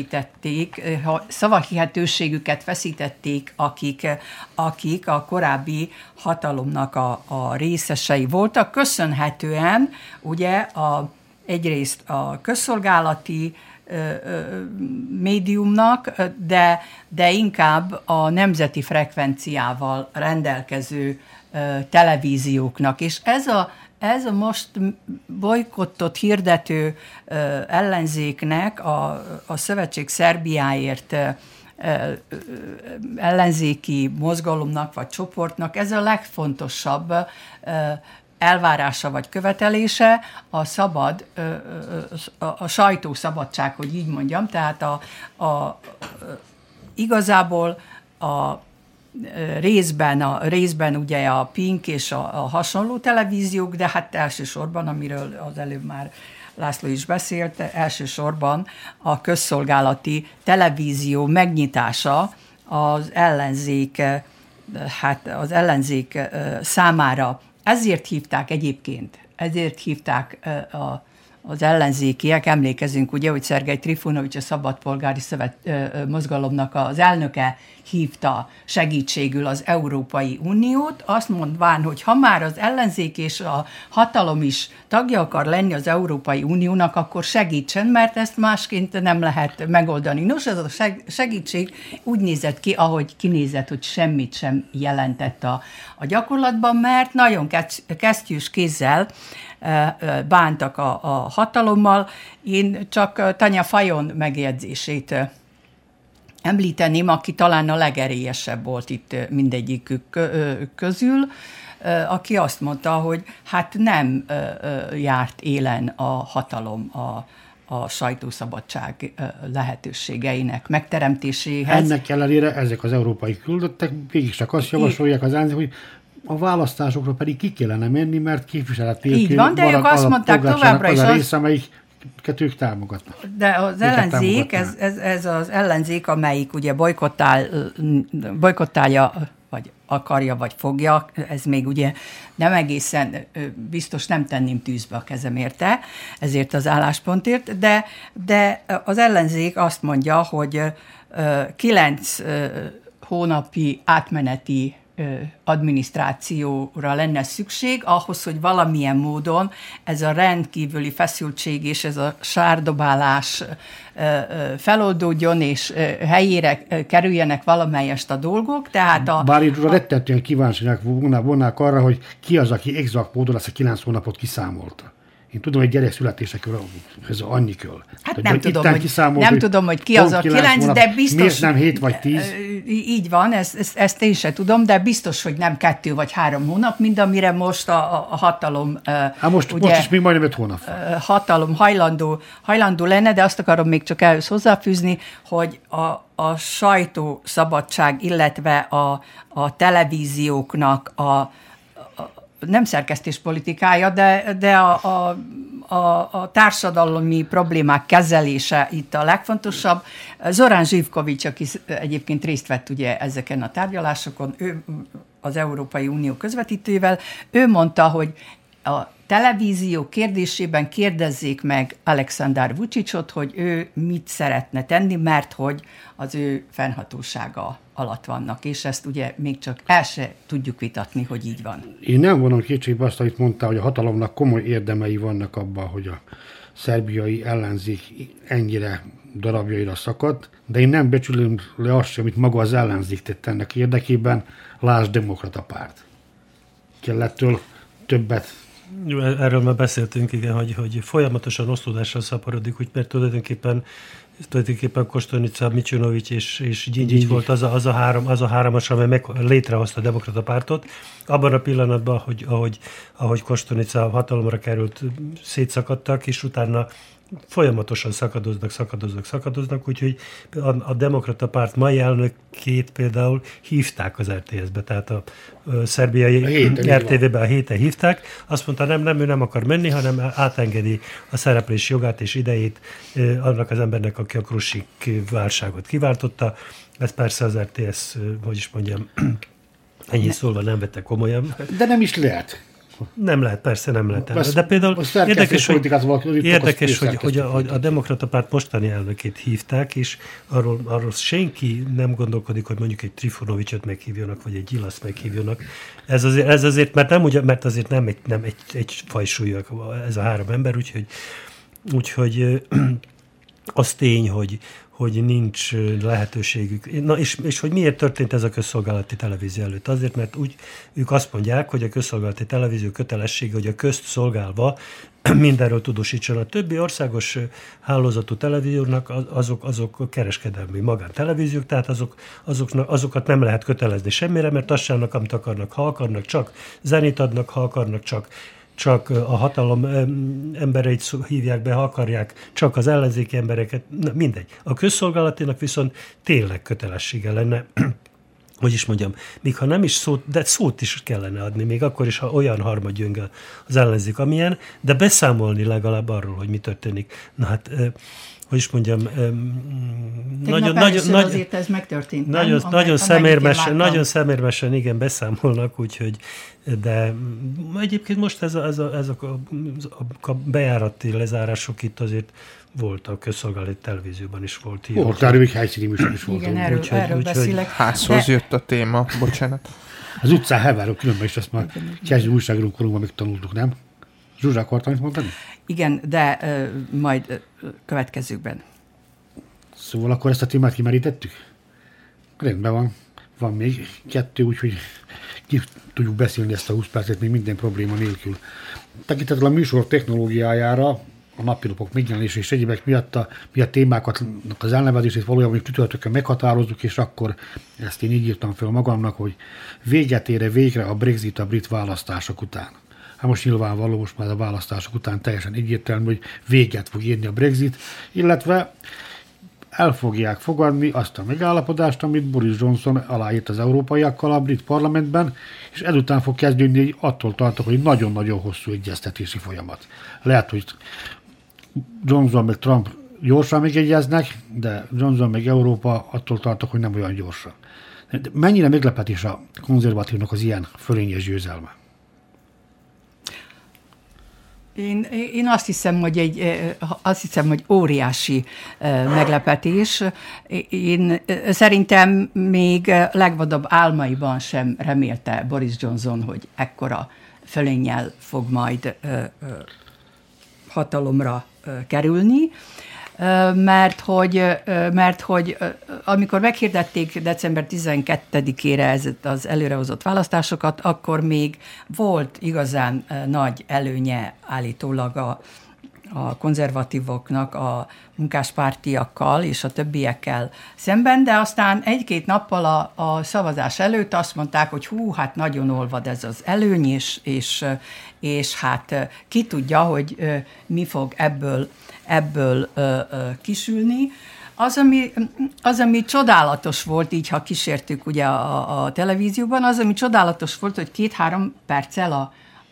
veszítették, akik a korábbi hatalomnak a részesei voltak, köszönhetően ugye egyrészt a közszolgálati médiumnak, de inkább a nemzeti frekvenciával rendelkező televízióknak. És ez a most bojkottot hirdető ellenzéknek, a Szövetség Szerbiáért ellenzéki mozgalomnak vagy csoportnak ez a legfontosabb elvárása vagy követelése a szabad, a sajtószabadság, hogy így mondjam, tehát igazából a részben ugye a Pink és a hasonló televíziók, de hát elsősorban, amiről az előbb már László is beszélt, elsősorban a közszolgálati televízió megnyitása az ellenzék számára. Ezért hívták az ellenzékiek, emlékezünk ugye, hogy Szergej Trifunovics, a Szabadpolgári Mozgalomnak az elnöke hívta segítségül az Európai Uniót, azt mondván, hogy ha már az ellenzék és a hatalom is tagja akar lenni az Európai Uniónak, akkor segítsen, mert ezt másként nem lehet megoldani. Nos, ez a segítség úgy nézett ki, ahogy kinézett, hogy semmit sem jelentett a gyakorlatban, mert nagyon kesztyűs kézzel bántak a hatalommal. Én csak Tanya Fajon megjegyzését említeném, aki talán a legerélyesebb volt itt mindegyikük közül, aki azt mondta, hogy hát nem járt élen a hatalom a sajtószabadság lehetőségeinek megteremtéséhez. Ennek ellenére ezek az európai küldöttek végig csak azt javasolják az ellenzék, hogy a választásokra pedig ki kellene menni, mert képviselet nélkül így van, de ők azt mondták továbbra is, az a rész, amelyiket ők támogatnak. De az ellenzék, ez az ellenzék, amelyik ugye bojkottálja, vagy akarja, vagy fogja, ez még ugye nem egészen biztos, nem tenném tűzbe a kezem érte, ezért az álláspontért, de az ellenzék azt mondja, hogy 9 hónapi átmeneti adminisztrációra lenne szükség, ahhoz, hogy valamilyen módon ez a rendkívüli feszültség és ez a sárdobálás feloldódjon, és helyére kerüljenek valamelyest a dolgok. Tehát bár én rettetően kíváncsinak vonnák arra, hogy ki az, aki exakt módon ezt a 9 hónapot kiszámolta. Én tudom, hogy gyerek születésekről ez annyi köl. Hát nem tudom, hogy ki az a 9, de biztos... Miért nem 7 vagy 10? Így van, ezt én sem tudom, de biztos, hogy nem 2 vagy 3 hónap, mind amire most a hatalom... Most is még majdnem 5 hónap. Hatalom hajlandó lenne, de azt akarom még csak ehhez hozzáfűzni, hogy a sajtószabadság, illetve a televízióknak nem szerkesztéspolitikája, de a társadalmi problémák kezelése itt a legfontosabb. Zoran Živković, aki egyébként részt vett ugye ezeken a tárgyalásokon, ő az Európai Unió közvetítőjével, ő mondta, hogy a televízió kérdésében kérdezzék meg Aleksandar Vučićot, hogy ő mit szeretne tenni, mert hogy az ő fennhatósága alatt vannak, és ezt ugye még csak el se tudjuk vitatni, hogy így van. Én nem vonom kétségbe azt, amit mondtál, hogy a hatalomnak komoly érdemei vannak abban, hogy a szerbiai ellenzék ennyire darabjaira szakadt, de én nem becsülöm le azt sem, amit maga az ellenzék tett ennek érdekében, lásd Demokrata Párt. Kellettől többet. Erről már beszéltünk, igen, hogy folyamatosan osztódással szaporodik, úgy, mert tulajdonképpen Koštunica, Mićunović és Đinđić volt az a hármas, amely létrehozta a Demokrata Pártot. Abban a pillanatban, ahogy Koštunica hatalomra került, szétszakadtak, és utána folyamatosan szakadoznak, úgyhogy a Demokrata Párt mai elnökét például hívták az RTS-be, tehát a szerbiai RTV-be a héten hívták. Azt mondta, nem, ő nem akar menni, hanem átengedi a szereplés jogát és idejét annak az embernek, aki a Krušik válságot kiváltotta. Ez persze az RTS, hogy is mondjam, ennyi szólva nem vette komolyan. De nem is lehet. Nem lehet, persze nem lehet. De például érdekes, hogy a Demokrata Párt mostani elnökét hívták, és arról senki nem gondolkodik, hogy mondjuk egy Trifunovićot meghívjanak, vagy egy Gyilaszt meghívjanak. Ez azért, mert azért nem egy fajsúlyok ez a három ember, úgyhogy az tény, hogy nincs lehetőségük. Na, és hogy miért történt ez a közszolgálati televízió előtt? Azért, mert ők azt mondják, hogy a közszolgálati televízió kötelessége, hogy a közt szolgálva mindenről tudósítson. A többi országos hálózatú televíziónak azok kereskedelmi magántelevíziók, tehát azokat nem lehet kötelezni semmire, mert azt csinálnak, amit akarnak. Ha akarnak, csak zenét adnak, ha akarnak, csak a hatalom embereit hívják be, ha akarják, csak az ellenzéki embereket, mindegy. A közszolgálatinak viszont tényleg kötelessége lenne, hogy is mondjam, még ha nem is szót, de szót is kellene adni, még akkor is, ha olyan harmadgyönge az ellenzék, amilyen, de beszámolni legalább arról, hogy mi történik. Na hát, hogy is mondjam, azért ez megtörtént. Nagyon szemérmesen, igen, beszámolnak, úgyhogy, de egyébként most ezek a bejárati lezárások itt azért volt a közszolgálati televízióban is volt. Volt, erről még helyszíni műsor is volt. Igen, erről beszélek. Házhoz jött a téma, bocsánat. Az utcán heverő különben is, ezt már kezdő újságíró korunkban még tanultuk, nem? Zsuzsa, akartam itt mondani? Igen, de majd következőkben. Szóval akkor ezt a témát kimerítettük? Rendben van. Van még 2, úgyhogy ki tudjuk beszélni ezt a 20 percet még minden probléma nélkül. Tekintettel a műsor technológiájára, a napilapok megjelenése és egyébek miatt mi a témákat, az elnevezését valójában csütörtökön meghatározzuk, és akkor ezt én így írtam fel magamnak, hogy véget ér végre a Brexit a brit választások után. Hát most nyilvánvaló, most már a választások után teljesen egyértelmű, hogy véget fog érni a Brexit, illetve el fogják fogadni azt a megállapodást, amit Boris Johnson aláírt az európaiakkal a brit parlamentben, és ezután fog kezdődni, hogy attól tartok, hogy nagyon-nagyon hosszú egyeztetési folyamat. Lehet, hogy Johnson meg Trump gyorsan megegyeznek, de Johnson meg Európa attól tartok, hogy nem olyan gyorsan. De mennyire meglepetés a konzervatívnak az ilyen fölényes győzelme? Én azt hiszem, hogy óriási meglepetés. Én szerintem még legvadabb álmaiban sem remélte Boris Johnson, hogy ekkora fölénnyel fog majd hatalomra kerülni, mert hogy amikor meghirdették december 12-ére az előrehozott választásokat, akkor még volt igazán nagy előnye állítólag a konzervatívoknak a munkáspártiakkal és a többiekkel szemben, de aztán 1-2 nappal a szavazás előtt azt mondták, hogy hát nagyon olvad ez az előny, és hát ki tudja, hogy mi fog ebből kisülni. Az, ami csodálatos volt, így ha kísértük ugye a televízióban, az, ami csodálatos volt, hogy 2-3 perccel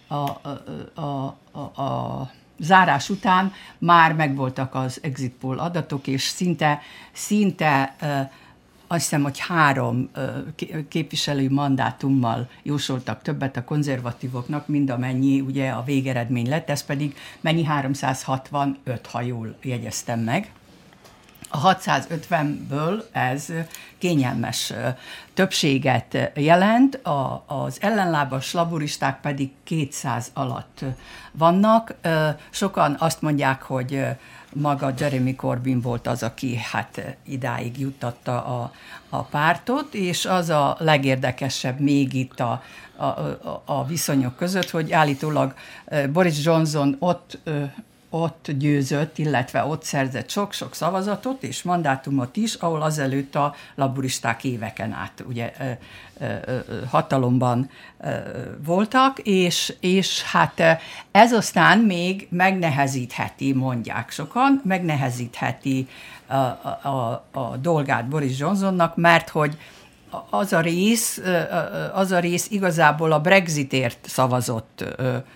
a zárás után már megvoltak az exit poll adatok, és szinte azt hiszem, hogy 3 képviselő mandátummal jósoltak többet a konzervatívoknak, mind amennyi ugye a végeredmény lett, ez pedig mennyi 365, ha jól jegyeztem meg. A 650-ből ez kényelmes többséget jelent, az ellenlábas laboristák pedig 200 alatt vannak. Sokan azt mondják, hogy maga Jeremy Corbyn volt az, aki hát idáig juttatta a pártot, és az a legérdekesebb még itt a viszonyok között, hogy állítólag Boris Johnson ott győzött, illetve ott szerzett sok-sok szavazatot és mandátumot is, ahol azelőtt a laboristák éveken át ugye hatalomban voltak, és hát ez aztán még megnehezítheti, mondják sokan, megnehezítheti a dolgát Boris Johnsonnak, mert hogy az a rész igazából a Brexitért szavazott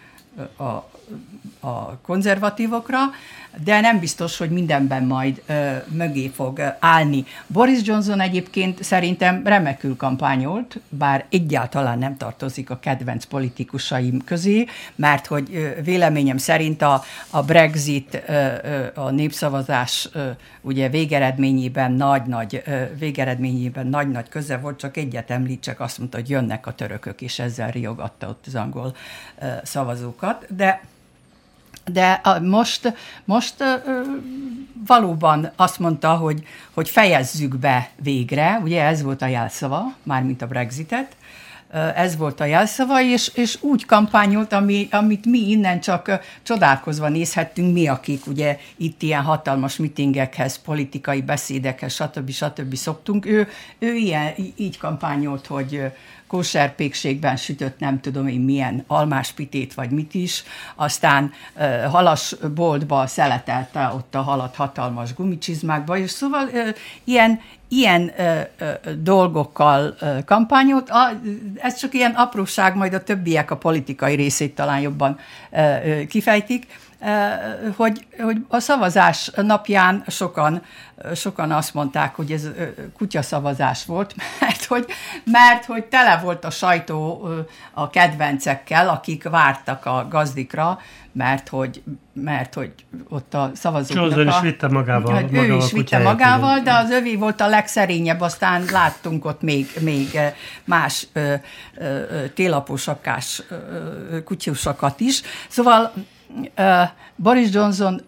a konzervatívokra, de nem biztos, hogy mindenben majd mögé fog állni. Boris Johnson egyébként szerintem remekül kampányolt, bár egyáltalán nem tartozik a kedvenc politikusaim közé, mert hogy véleményem szerint a Brexit, a népszavazás ugye végeredményében nagy-nagy köze volt, csak egyet említsek, azt mondta, hogy jönnek a törökök, és ezzel riogatta ott az angol szavazókat, de De most valóban azt mondta, hogy fejezzük be végre, ugye ez volt a jelszava, mármint a Brexitet, ez volt a jelszava, és úgy kampányolt, amit mi innen csak csodálkozva nézhettünk, mi, akik ugye itt ilyen hatalmas mitingekhez, politikai beszédekhez, stb. Szoktunk. Ő így kampányolt, hogy kóserpékségben sütött nem tudom én milyen almáspitét, vagy mit is, aztán halasboltba szeletelte ott a halat hatalmas gumicsizmákba, és szóval ilyen dolgokkal kampányolt. Ez csak ilyen apróság, majd a többiek a politikai részét talán jobban kifejtik, hogy a szavazás napján sokan azt mondták, hogy ez kutyaszavazás volt, mert hogy tele volt a sajtó a kedvencekkel, akik vártak a gazdikra, mert hogy ott a szavazóknak Johnson is vitte magával. Ő is vitte magával, de az övé volt a legszerényebb, aztán láttunk ott még más télaposakás kutyusokat is. Szóval Boris Johnson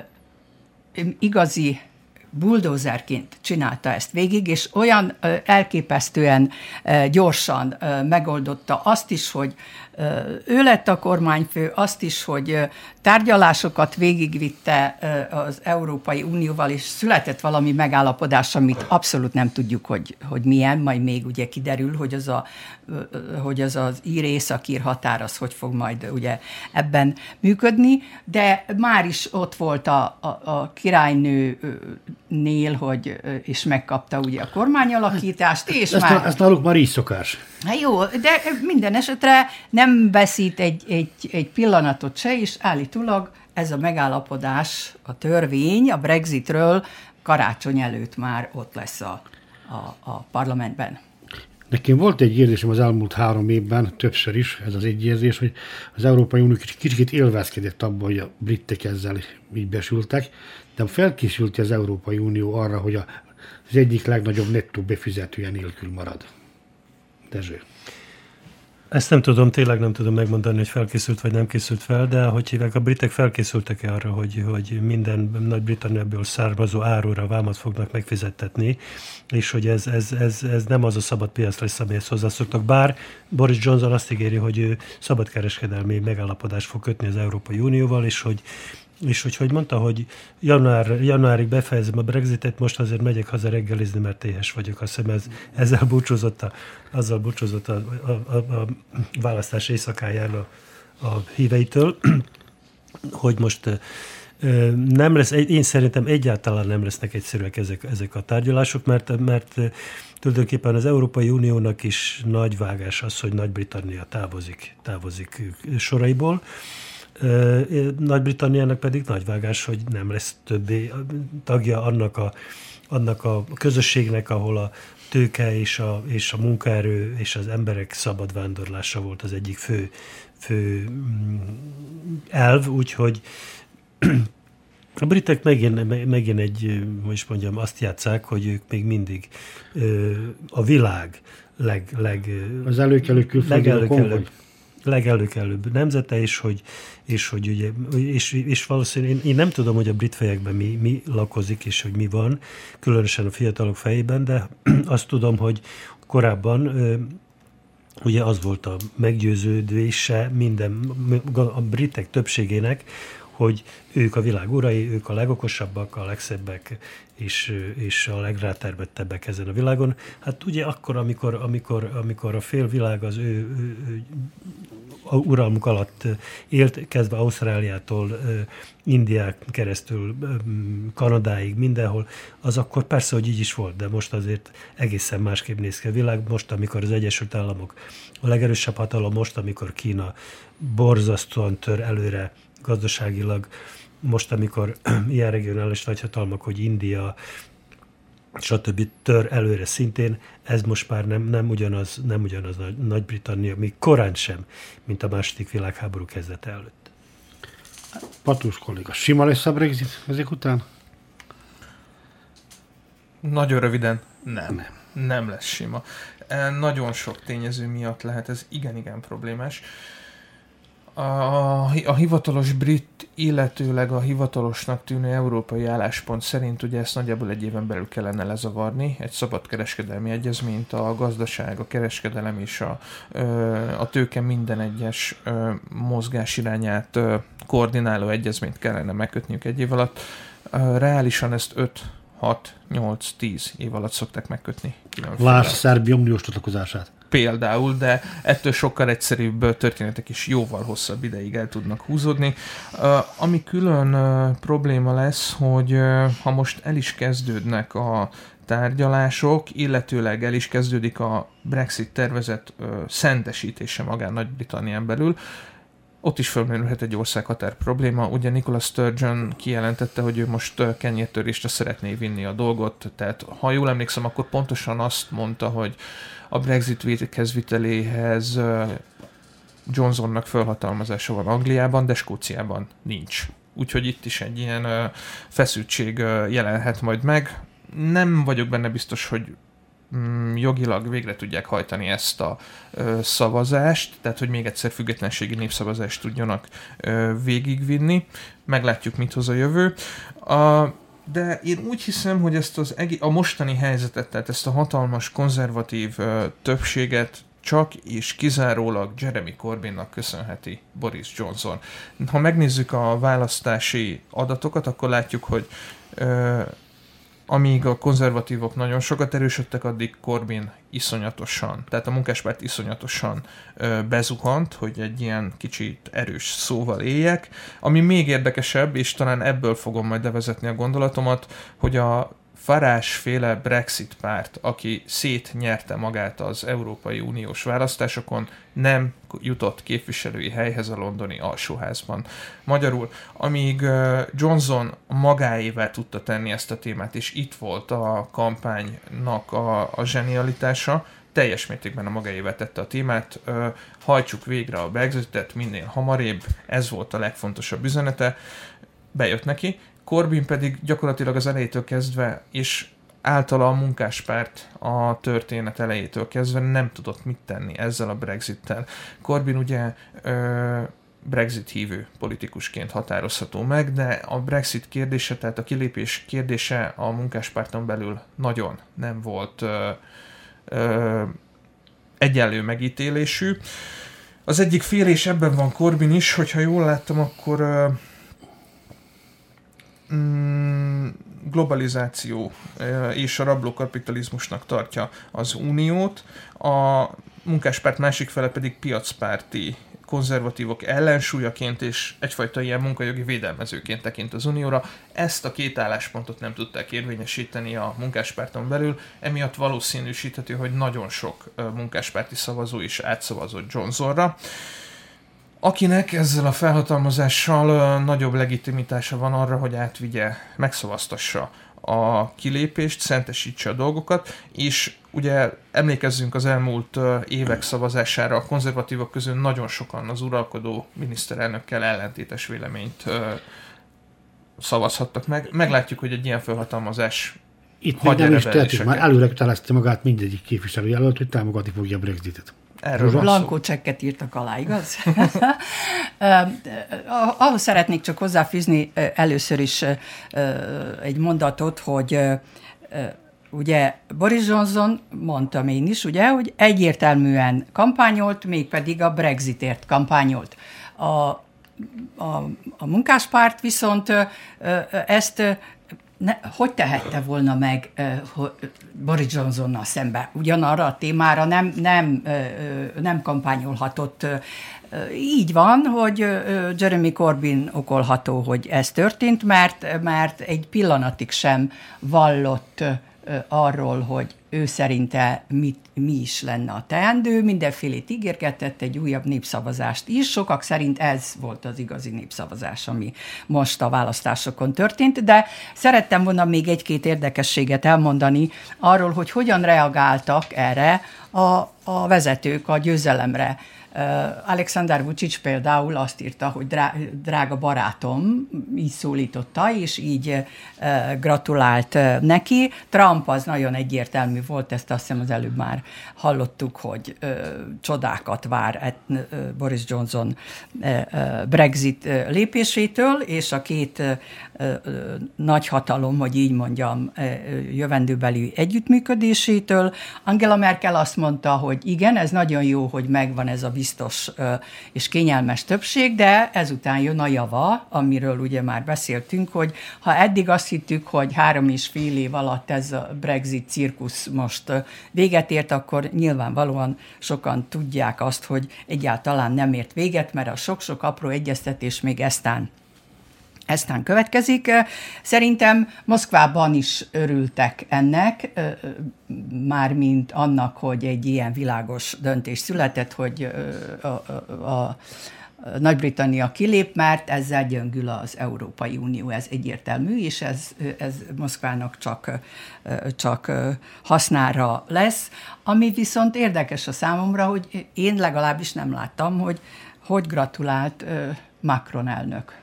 igazi buldózerként csinálta ezt végig, és olyan elképesztően gyorsan megoldotta azt is, hogy ő lett a kormányfő, azt is, hogy tárgyalásokat végigvitte az Európai Unióval, és született valami megállapodás, amit abszolút nem tudjuk, hogy milyen, majd még ugye kiderül, hogy az ír-északír határ az hogy fog majd ugye ebben működni, de már is ott volt a királynőnél, és megkapta ugye a kormányalakítást, és ezt náluk már így szokás. Hát jó, de minden esetre nem veszít egy pillanatot se, és állítólag ez a megállapodás, a törvény a Brexitről karácsony előtt már ott lesz a parlamentben. Nekem volt egy érzésem az elmúlt 3 évben, többször is, ez az egy érzés, hogy az Európai Unió kicsit élvezkedett abban, hogy a britek ezzel így besültek, de felkészült az Európai Unió arra, hogy az egyik legnagyobb nettó befizetője nélkül marad. Dezső. Ezt nem tudom, tényleg nem tudom megmondani, hogy felkészült vagy nem készült fel, de hogy hívják, a britek felkészültek-e arra, hogy minden Nagy-Britanniából származó árura vámat fognak megfizettetni, és hogy ez nem az a szabad piac lesz, amihez hozzászoktak. Bár Boris Johnson azt ígéri, hogy ő szabadkereskedelmi megállapodást fog kötni az Európai Unióval, és hogy mondta, hogy januárig befejezem a Brexitet, most azért megyek haza reggelizni, mert éhes vagyok. Azt hiszem, azzal búcsúzott a választás éjszakáján a híveitől, hogy most nem lesz, én szerintem egyáltalán nem lesznek egyszerűek ezek a tárgyalások, mert tulajdonképpen az Európai Uniónak is nagy vágás az, hogy Nagy-Britannia távozik soraiból. Nagy-Britanniának pedig nagy vágás, hogy nem lesz többé tagja annak a közösségnek, ahol a tőke és a munkaerő és az emberek szabad vándorlása volt az egyik fő elv, úgyhogy a britek megint azt játsszák, hogy ők még mindig a világ az előkelő külföldi konvoj. Legelőkelőbb nemzete, és valószínűleg én nem tudom, hogy a brit fejekben mi lakozik, és hogy mi van, különösen a fiatalok fejében, de azt tudom, hogy korábban ugye az volt a meggyőződése a britek többségének, hogy ők a világ urai, ők a legokosabbak, a legszebbek, és a legrátermettebbek ezen a világon. Hát ugye akkor, amikor a fél világ az ő uralmuk alatt élt, kezdve Ausztráliától Indiák keresztül Kanadáig, mindenhol, az akkor persze, hogy így is volt, de most azért egészen másképp néz ki a világ. Most, amikor az Egyesült Államok a legerősebb hatalom, most, amikor Kína borzasztóan tör előre gazdaságilag, most, amikor ilyen regionális nagyhatalmak, hogy India, stb. Tör előre szintén, ez most már nem ugyanaz Nagy-Britannia, még korán sem, mint a második világháború kezdete előtt. Patus kolléga, sima lesz a Brexit ezek után? Nagyon röviden, nem lesz sima. Nagyon sok tényező miatt lehet ez igen problémás. A hivatalos brit, illetőleg a hivatalosnak tűnő európai álláspont szerint ugye ezt nagyjából egy éven belül kellene lezavarni, egy szabadkereskedelmi egyezményt, a gazdaság, a kereskedelem és a tőke minden egyes mozgás irányát koordináló egyezményt kellene megkötniük egy év alatt. Reálisan ezt 5-6-8-10 év alatt szokták megkötni. Lásd Szerbia uniós csatlakozását. Például, de ettől sokkal egyszerűbb történetek is jóval hosszabb ideig el tudnak húzódni. Ami külön probléma lesz, hogy ha most el is kezdődnek a tárgyalások, illetőleg el is kezdődik a Brexit tervezet szentesítése magán Nagy-Britannián belül, ott is felmerülhet egy országhatár probléma. Ugye Nicola Sturgeon kijelentette, hogy ő most kenyértörésre szeretné vinni a dolgot, tehát ha jól emlékszem, akkor pontosan azt mondta, hogy a Brexit végezviteléhez Johnsonnak felhatalmazása van Angliában, de Skóciában nincs. Úgyhogy itt is egy ilyen feszültség jelenhet majd meg. Nem vagyok benne biztos, hogy jogilag végre tudják hajtani ezt a szavazást, tehát hogy még egyszer függetlenségi népszavazást tudjanak végigvinni. Meglátjuk, mit hoz a jövő. De én úgy hiszem, hogy ezt a mostani helyzetet, tehát ezt a hatalmas konzervatív többséget csak és kizárólag Jeremy Corbynnak köszönheti Boris Johnson. Ha megnézzük a választási adatokat, akkor látjuk, hogy amíg a konzervatívok nagyon sokat erősödtek, addig Corbyn iszonyatosan, tehát a munkáspárt iszonyatosan bezuhant, hogy egy ilyen kicsit erős szóval éljek. Ami még érdekesebb, és talán ebből fogom majd levezetni a gondolatomat, hogy a Farage-féle Brexit párt, aki szétnyerte magát az Európai Uniós választásokon, nem jutott képviselői helyhez a londoni alsóházban. Magyarul, amíg Johnson magáévá tudta tenni ezt a témát, és itt volt a kampánynak a zsenialitása, teljes mértékben a magáévá tette a témát, hajtsuk végre a Brexitet minél hamarabb, ez volt a legfontosabb üzenete, bejött neki. Corbyn pedig gyakorlatilag az elejétől kezdve, és általa a munkáspárt a történet elejétől kezdve nem tudott mit tenni ezzel a Brexittel. Corbyn ugye Brexit hívő politikusként határozható meg, de a Brexit kérdése, tehát a kilépés kérdése a munkáspárton belül nagyon nem volt egyenlő megítélésű. Az egyik fél, és ebben van Corbyn is, hogyha jól láttam, akkor globalizáció és a rablókapitalizmusnak tartja az uniót, a munkáspárt másik fele pedig piacpárti konzervatívok ellensúlyaként és egyfajta ilyen munkajogi védelmezőként tekint az unióra. Ezt a két álláspontot nem tudták érvényesíteni a munkáspárton belül, emiatt valószínűsíthető, hogy nagyon sok munkáspárti szavazó is átszavazott Johnsonra, akinek ezzel a felhatalmazással nagyobb legitimitása van arra, hogy átvigye, megszavaztassa a kilépést, szentesítse a dolgokat, és ugye emlékezzünk az elmúlt évek szavazására, a konzervatívok közül nagyon sokan az uralkodó miniszterelnökkel ellentétes véleményt szavazhattak meg. Meglátjuk, hogy egy ilyen felhatalmazás itt még nem is tehetünk, már előre kötelezte magát mindegyik képviselőjelölt, hogy támogatni fogja a Brexitet. Blankó csekket írtak alá, igaz? Ahhoz szeretnék csak hozzáfűzni először is egy mondatot, hogy ugye Boris Johnson, mondtam én is, ugye, hogy egyértelműen kampányolt, mégpedig a Brexitért kampányolt. A munkáspárt viszont ezt hogy tehette volna meg Boris Johnsonnal szembe? Ugyanarra a témára nem kampányolhatott. Így van, hogy Jeremy Corbyn okolható, hogy ez történt, mert egy pillanatig sem vallott arról, hogy ő szerinte mi is lenne a teendő, mindenfélét ígérgetett, egy újabb népszavazást is. Sokak szerint ez volt az igazi népszavazás, ami most a választásokon történt, de szerettem volna még egy-két érdekességet elmondani arról, hogy hogyan reagáltak erre a vezetők a győzelemre. Alexander Vučić például azt írta, hogy drága barátom, így szólította, és így gratulált neki. Trump az nagyon egyértelmű volt, ezt azt hiszem az előbb már hallottuk, hogy csodákat vár Boris Johnson Brexit lépésétől, és a két nagyhatalom, hogy így mondjam, jövendőbeli együttműködésétől. Angela Merkel azt mondta, hogy igen, ez nagyon jó, hogy megvan ez a biztos és kényelmes többség, de ezután jön a java, amiről ugye már beszéltünk, hogy ha eddig azt hittük, hogy 3,5 év alatt ez a Brexit cirkusz most véget ért, akkor nyilvánvalóan sokan tudják azt, hogy egyáltalán nem ért véget, mert a sok-sok apró egyeztetés még eztán következik. Szerintem Moszkvában is örültek ennek, mármint annak, hogy egy ilyen világos döntés született, hogy a Nagy-Britannia kilép, mert ezzel gyöngül az Európai Unió, ez egyértelmű, és ez Moszkvának csak hasznára lesz. Ami viszont érdekes a számomra, hogy én legalábbis nem láttam, hogy gratulált Macron elnök.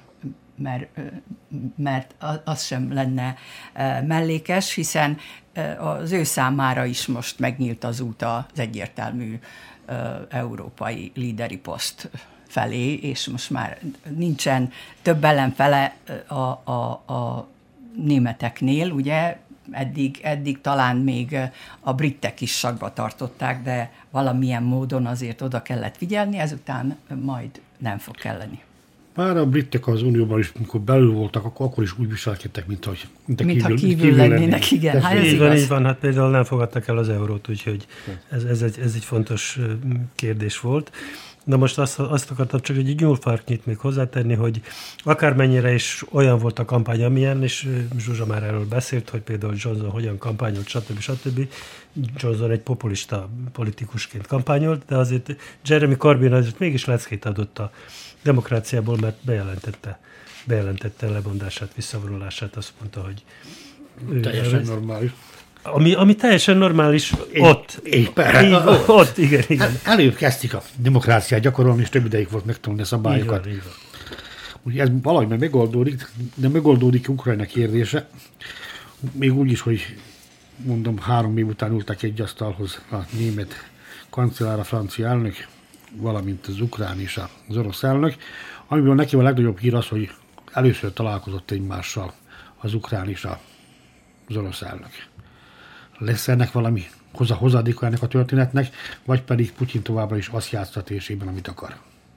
Mert az sem lenne mellékes, hiszen az ő számára is most megnyílt az út az egyértelmű európai líderi poszt felé, és most már nincsen több ellenfele a németeknél, ugye eddig talán még a britek is sakba tartották, de valamilyen módon azért oda kellett figyelni, ezután majd nem fog kelleni. Már a britek az Unióban is, amikor belül voltak, akkor is úgy viselkedtek, mintha kívül lennének, igen. Hát így van, hát például nem fogadtak el az eurót, úgyhogy ez egy fontos kérdés volt. Na most azt akartam csak egy nyúlfarknyit még hozzátenni, hogy akármennyire is olyan volt a kampány, amilyen, és Zsuzsa már erről beszélt, hogy például Johnson hogyan kampányolt, stb. Johnson egy populista politikusként kampányolt, de azért Jeremy Corbyn azért mégis leckét adott a demokráciából, mert bejelentette lemondását, visszavonulását, azt mondta, hogy... Teljesen normális. Ami teljesen normális ott. Ott, igen. Hát előbb kezdték a demokráciát gyakorolni, és több ideig volt megtanulni a szabályokat. Így van. Ugye ez valahogy megoldódik, de megoldódik Ukrajna kérdése. Még úgy is, hogy mondom, 3 év után ültek egy asztalhoz a német kancellár, a francia elnök, valamint az ukrán és az orosz elnök, amiből neki a legnagyobb hír az, hogy először találkozott egymással az ukrán és az orosz elnök. Lesz ennek valami hozadéka ennek a történetnek, vagy pedig Putyin továbbra is azt játsztatésében, amit akar?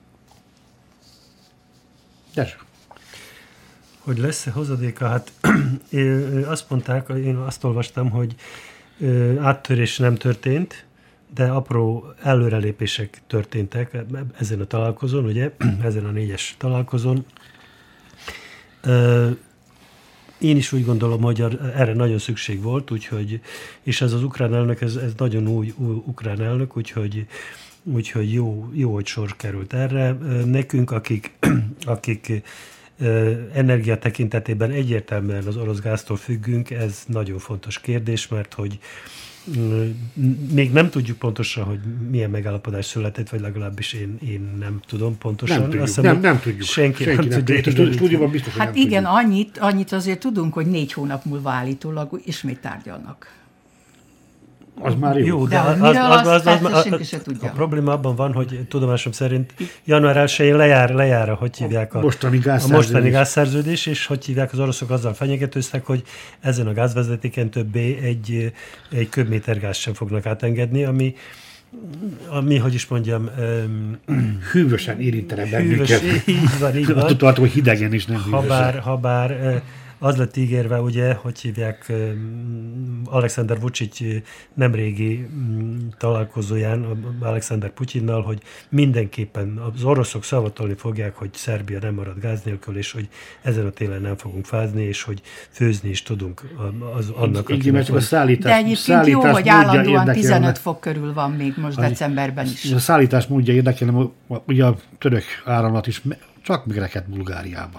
Dezső. Hogy lesz-e hozadéka? Hát azt mondták, én azt olvastam, hogy áttörés nem történt, de apró előrelépések történtek ezen a találkozón, ugye, ezen a 4-es találkozón. Én is úgy gondolom, hogy erre nagyon szükség volt, úgyhogy, és ez az ukrán elnök, ez nagyon új ukrán elnök, úgyhogy jó, hogy sor került erre. Nekünk, akik energia tekintetében egyértelműen az orosz gáztól függünk, ez nagyon fontos kérdés, mert hogy még nem tudjuk pontosan, hogy milyen megállapodás született, vagy legalábbis én nem tudom pontosan. Nem tudjuk. Senki nem tudja. Stúdióban biztos, hogy hát nem igen, tudjuk. annyit azért tudunk, hogy 4 hónap múlva állítólag ismét tárgyalnak. Az már jó. De a probléma abban van, hogy tudomásom szerint január 1-én lejár hogy hívják a mostani gázszerződés, és hogy hívják, az oroszok azzal fenyegetőztek, hogy ezen a gázvezetéken többé egy köbméter gáz sem fognak átengedni, ami, hogy is mondjam... hűvösen érintene bennünket. Így van. Azt tudtam, hogy hidegen is nem hűvösen. Habár az lett ígérve, ugye, hogy hívják Alexander Vučić nemrégi találkozóján Alexander Putyinnal, hogy mindenképpen az oroszok szavatolni fogják, hogy Szerbia nem marad gáz nélkül, és hogy ezen a télen nem fogunk fázni, és hogy főzni is tudunk annak, akinek van. De egyébként jó, hogy állandóan 15 fok körül van még most decemberben is. A szállítás módja érdekelne, ugye a török áramlat is csak megrekedt Bulgáriában.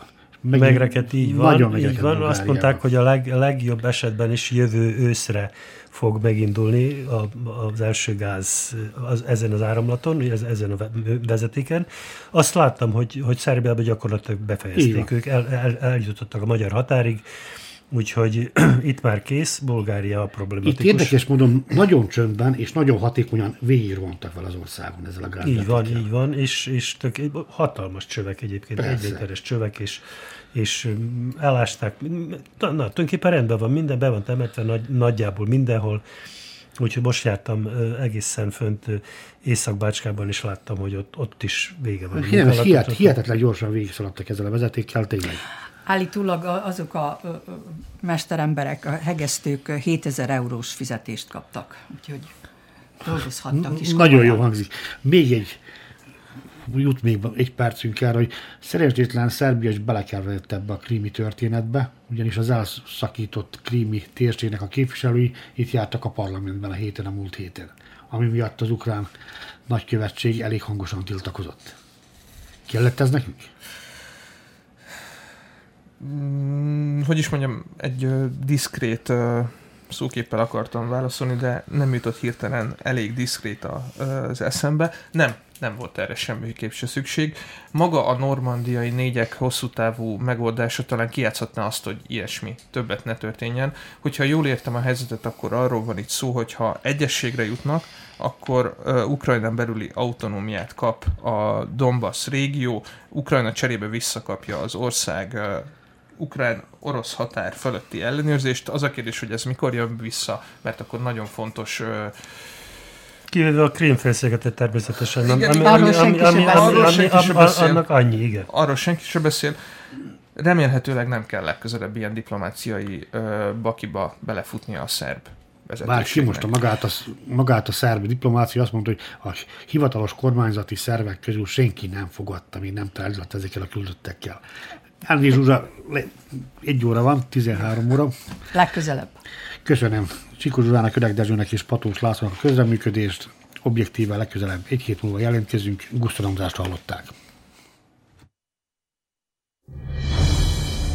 Megrekedt, így van. Nagyon így van. Azt mondták, hogy a legjobb esetben is jövő őszre fog megindulni az első gáz ezen az áramlaton, ezen a vezetéken. Azt láttam, hogy Szerbiában gyakorlatilag befejezték ők, eljutottak a magyar határig, úgyhogy itt már kész, Bulgária a problematikus. Itt érdekes módon nagyon csöndben és nagyon hatékonyan végigrontak vele az országon ezzel a gázvezetékkel. Így van, és hatalmas csövek egyébként, egyléteres csövek, és elásták. Tulajdonképpen rendben van, minden be van temetve nagyjából mindenhol. Úgyhogy most jártam egészen fönt Észak-Bácskában, és láttam, hogy ott is vége van. Hihetetlen gyorsan végigszaladtak ezzel a vezetékkel, tényleg. Állítólag azok a mesteremberek, a hegesztők 7000 eurós fizetést kaptak, úgyhogy dolgozhattak is. Nagyon jó hangzik. Jut még egy percünk el, hogy szerencsétlen Szerbia is belekerült ebbe a krími történetbe, ugyanis az elszakított krími térségnek a képviselői itt jártak a parlamentben a múlt héten, ami miatt az ukrán nagykövetség elég hangosan tiltakozott. Kellett ez nekünk? Hogy is mondjam, egy diszkrét szóképpel akartam válaszolni, de nem jutott hirtelen elég diszkrét az eszembe. Nem volt erre semmiképp se szükség. Maga a normandiai négyek hosszú távú megoldása talán kijátszhatná azt, hogy ilyesmi többet ne történjen. Hogyha jól értem a helyzetet, akkor arról van itt szó, hogy ha egyességre jutnak, akkor Ukrajnán belüli autonómiát kap a Donbass régió, Ukrajna cserébe visszakapja az ország ukrán-orosz határ fölötti ellenőrzést. Az a kérdés, hogy ez mikor jön vissza, mert akkor nagyon fontos... Kivéve a Krím-félszigetet természetesen. Arról senki sem beszél. Annak annyi, igen. Arról senki sem beszél. Remélhetőleg nem kell legközelebb ilyen diplomáciai bakiba belefutnia a szerb vezetőségnek. Bár ki most magát a szerb diplomácia azt mondta, hogy a hivatalos kormányzati szervek közül senki nem fogadta, még nem tárgyalt ezekkel a küldöttekkel. Elnézést, Zsuzsa, 1 óra van, 13 óra. Legközelebb. Köszönöm Csikó Zsuzsának, Ödeg Dezsőnek és Patós Lászlónak a közreműködést. Objektíven legközelebb 1 hét múlva jelentkezünk. Gusztudomzást hallották.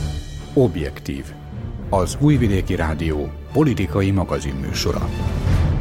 Objektív. Az Újvidéki Rádió politikai magazinműsora.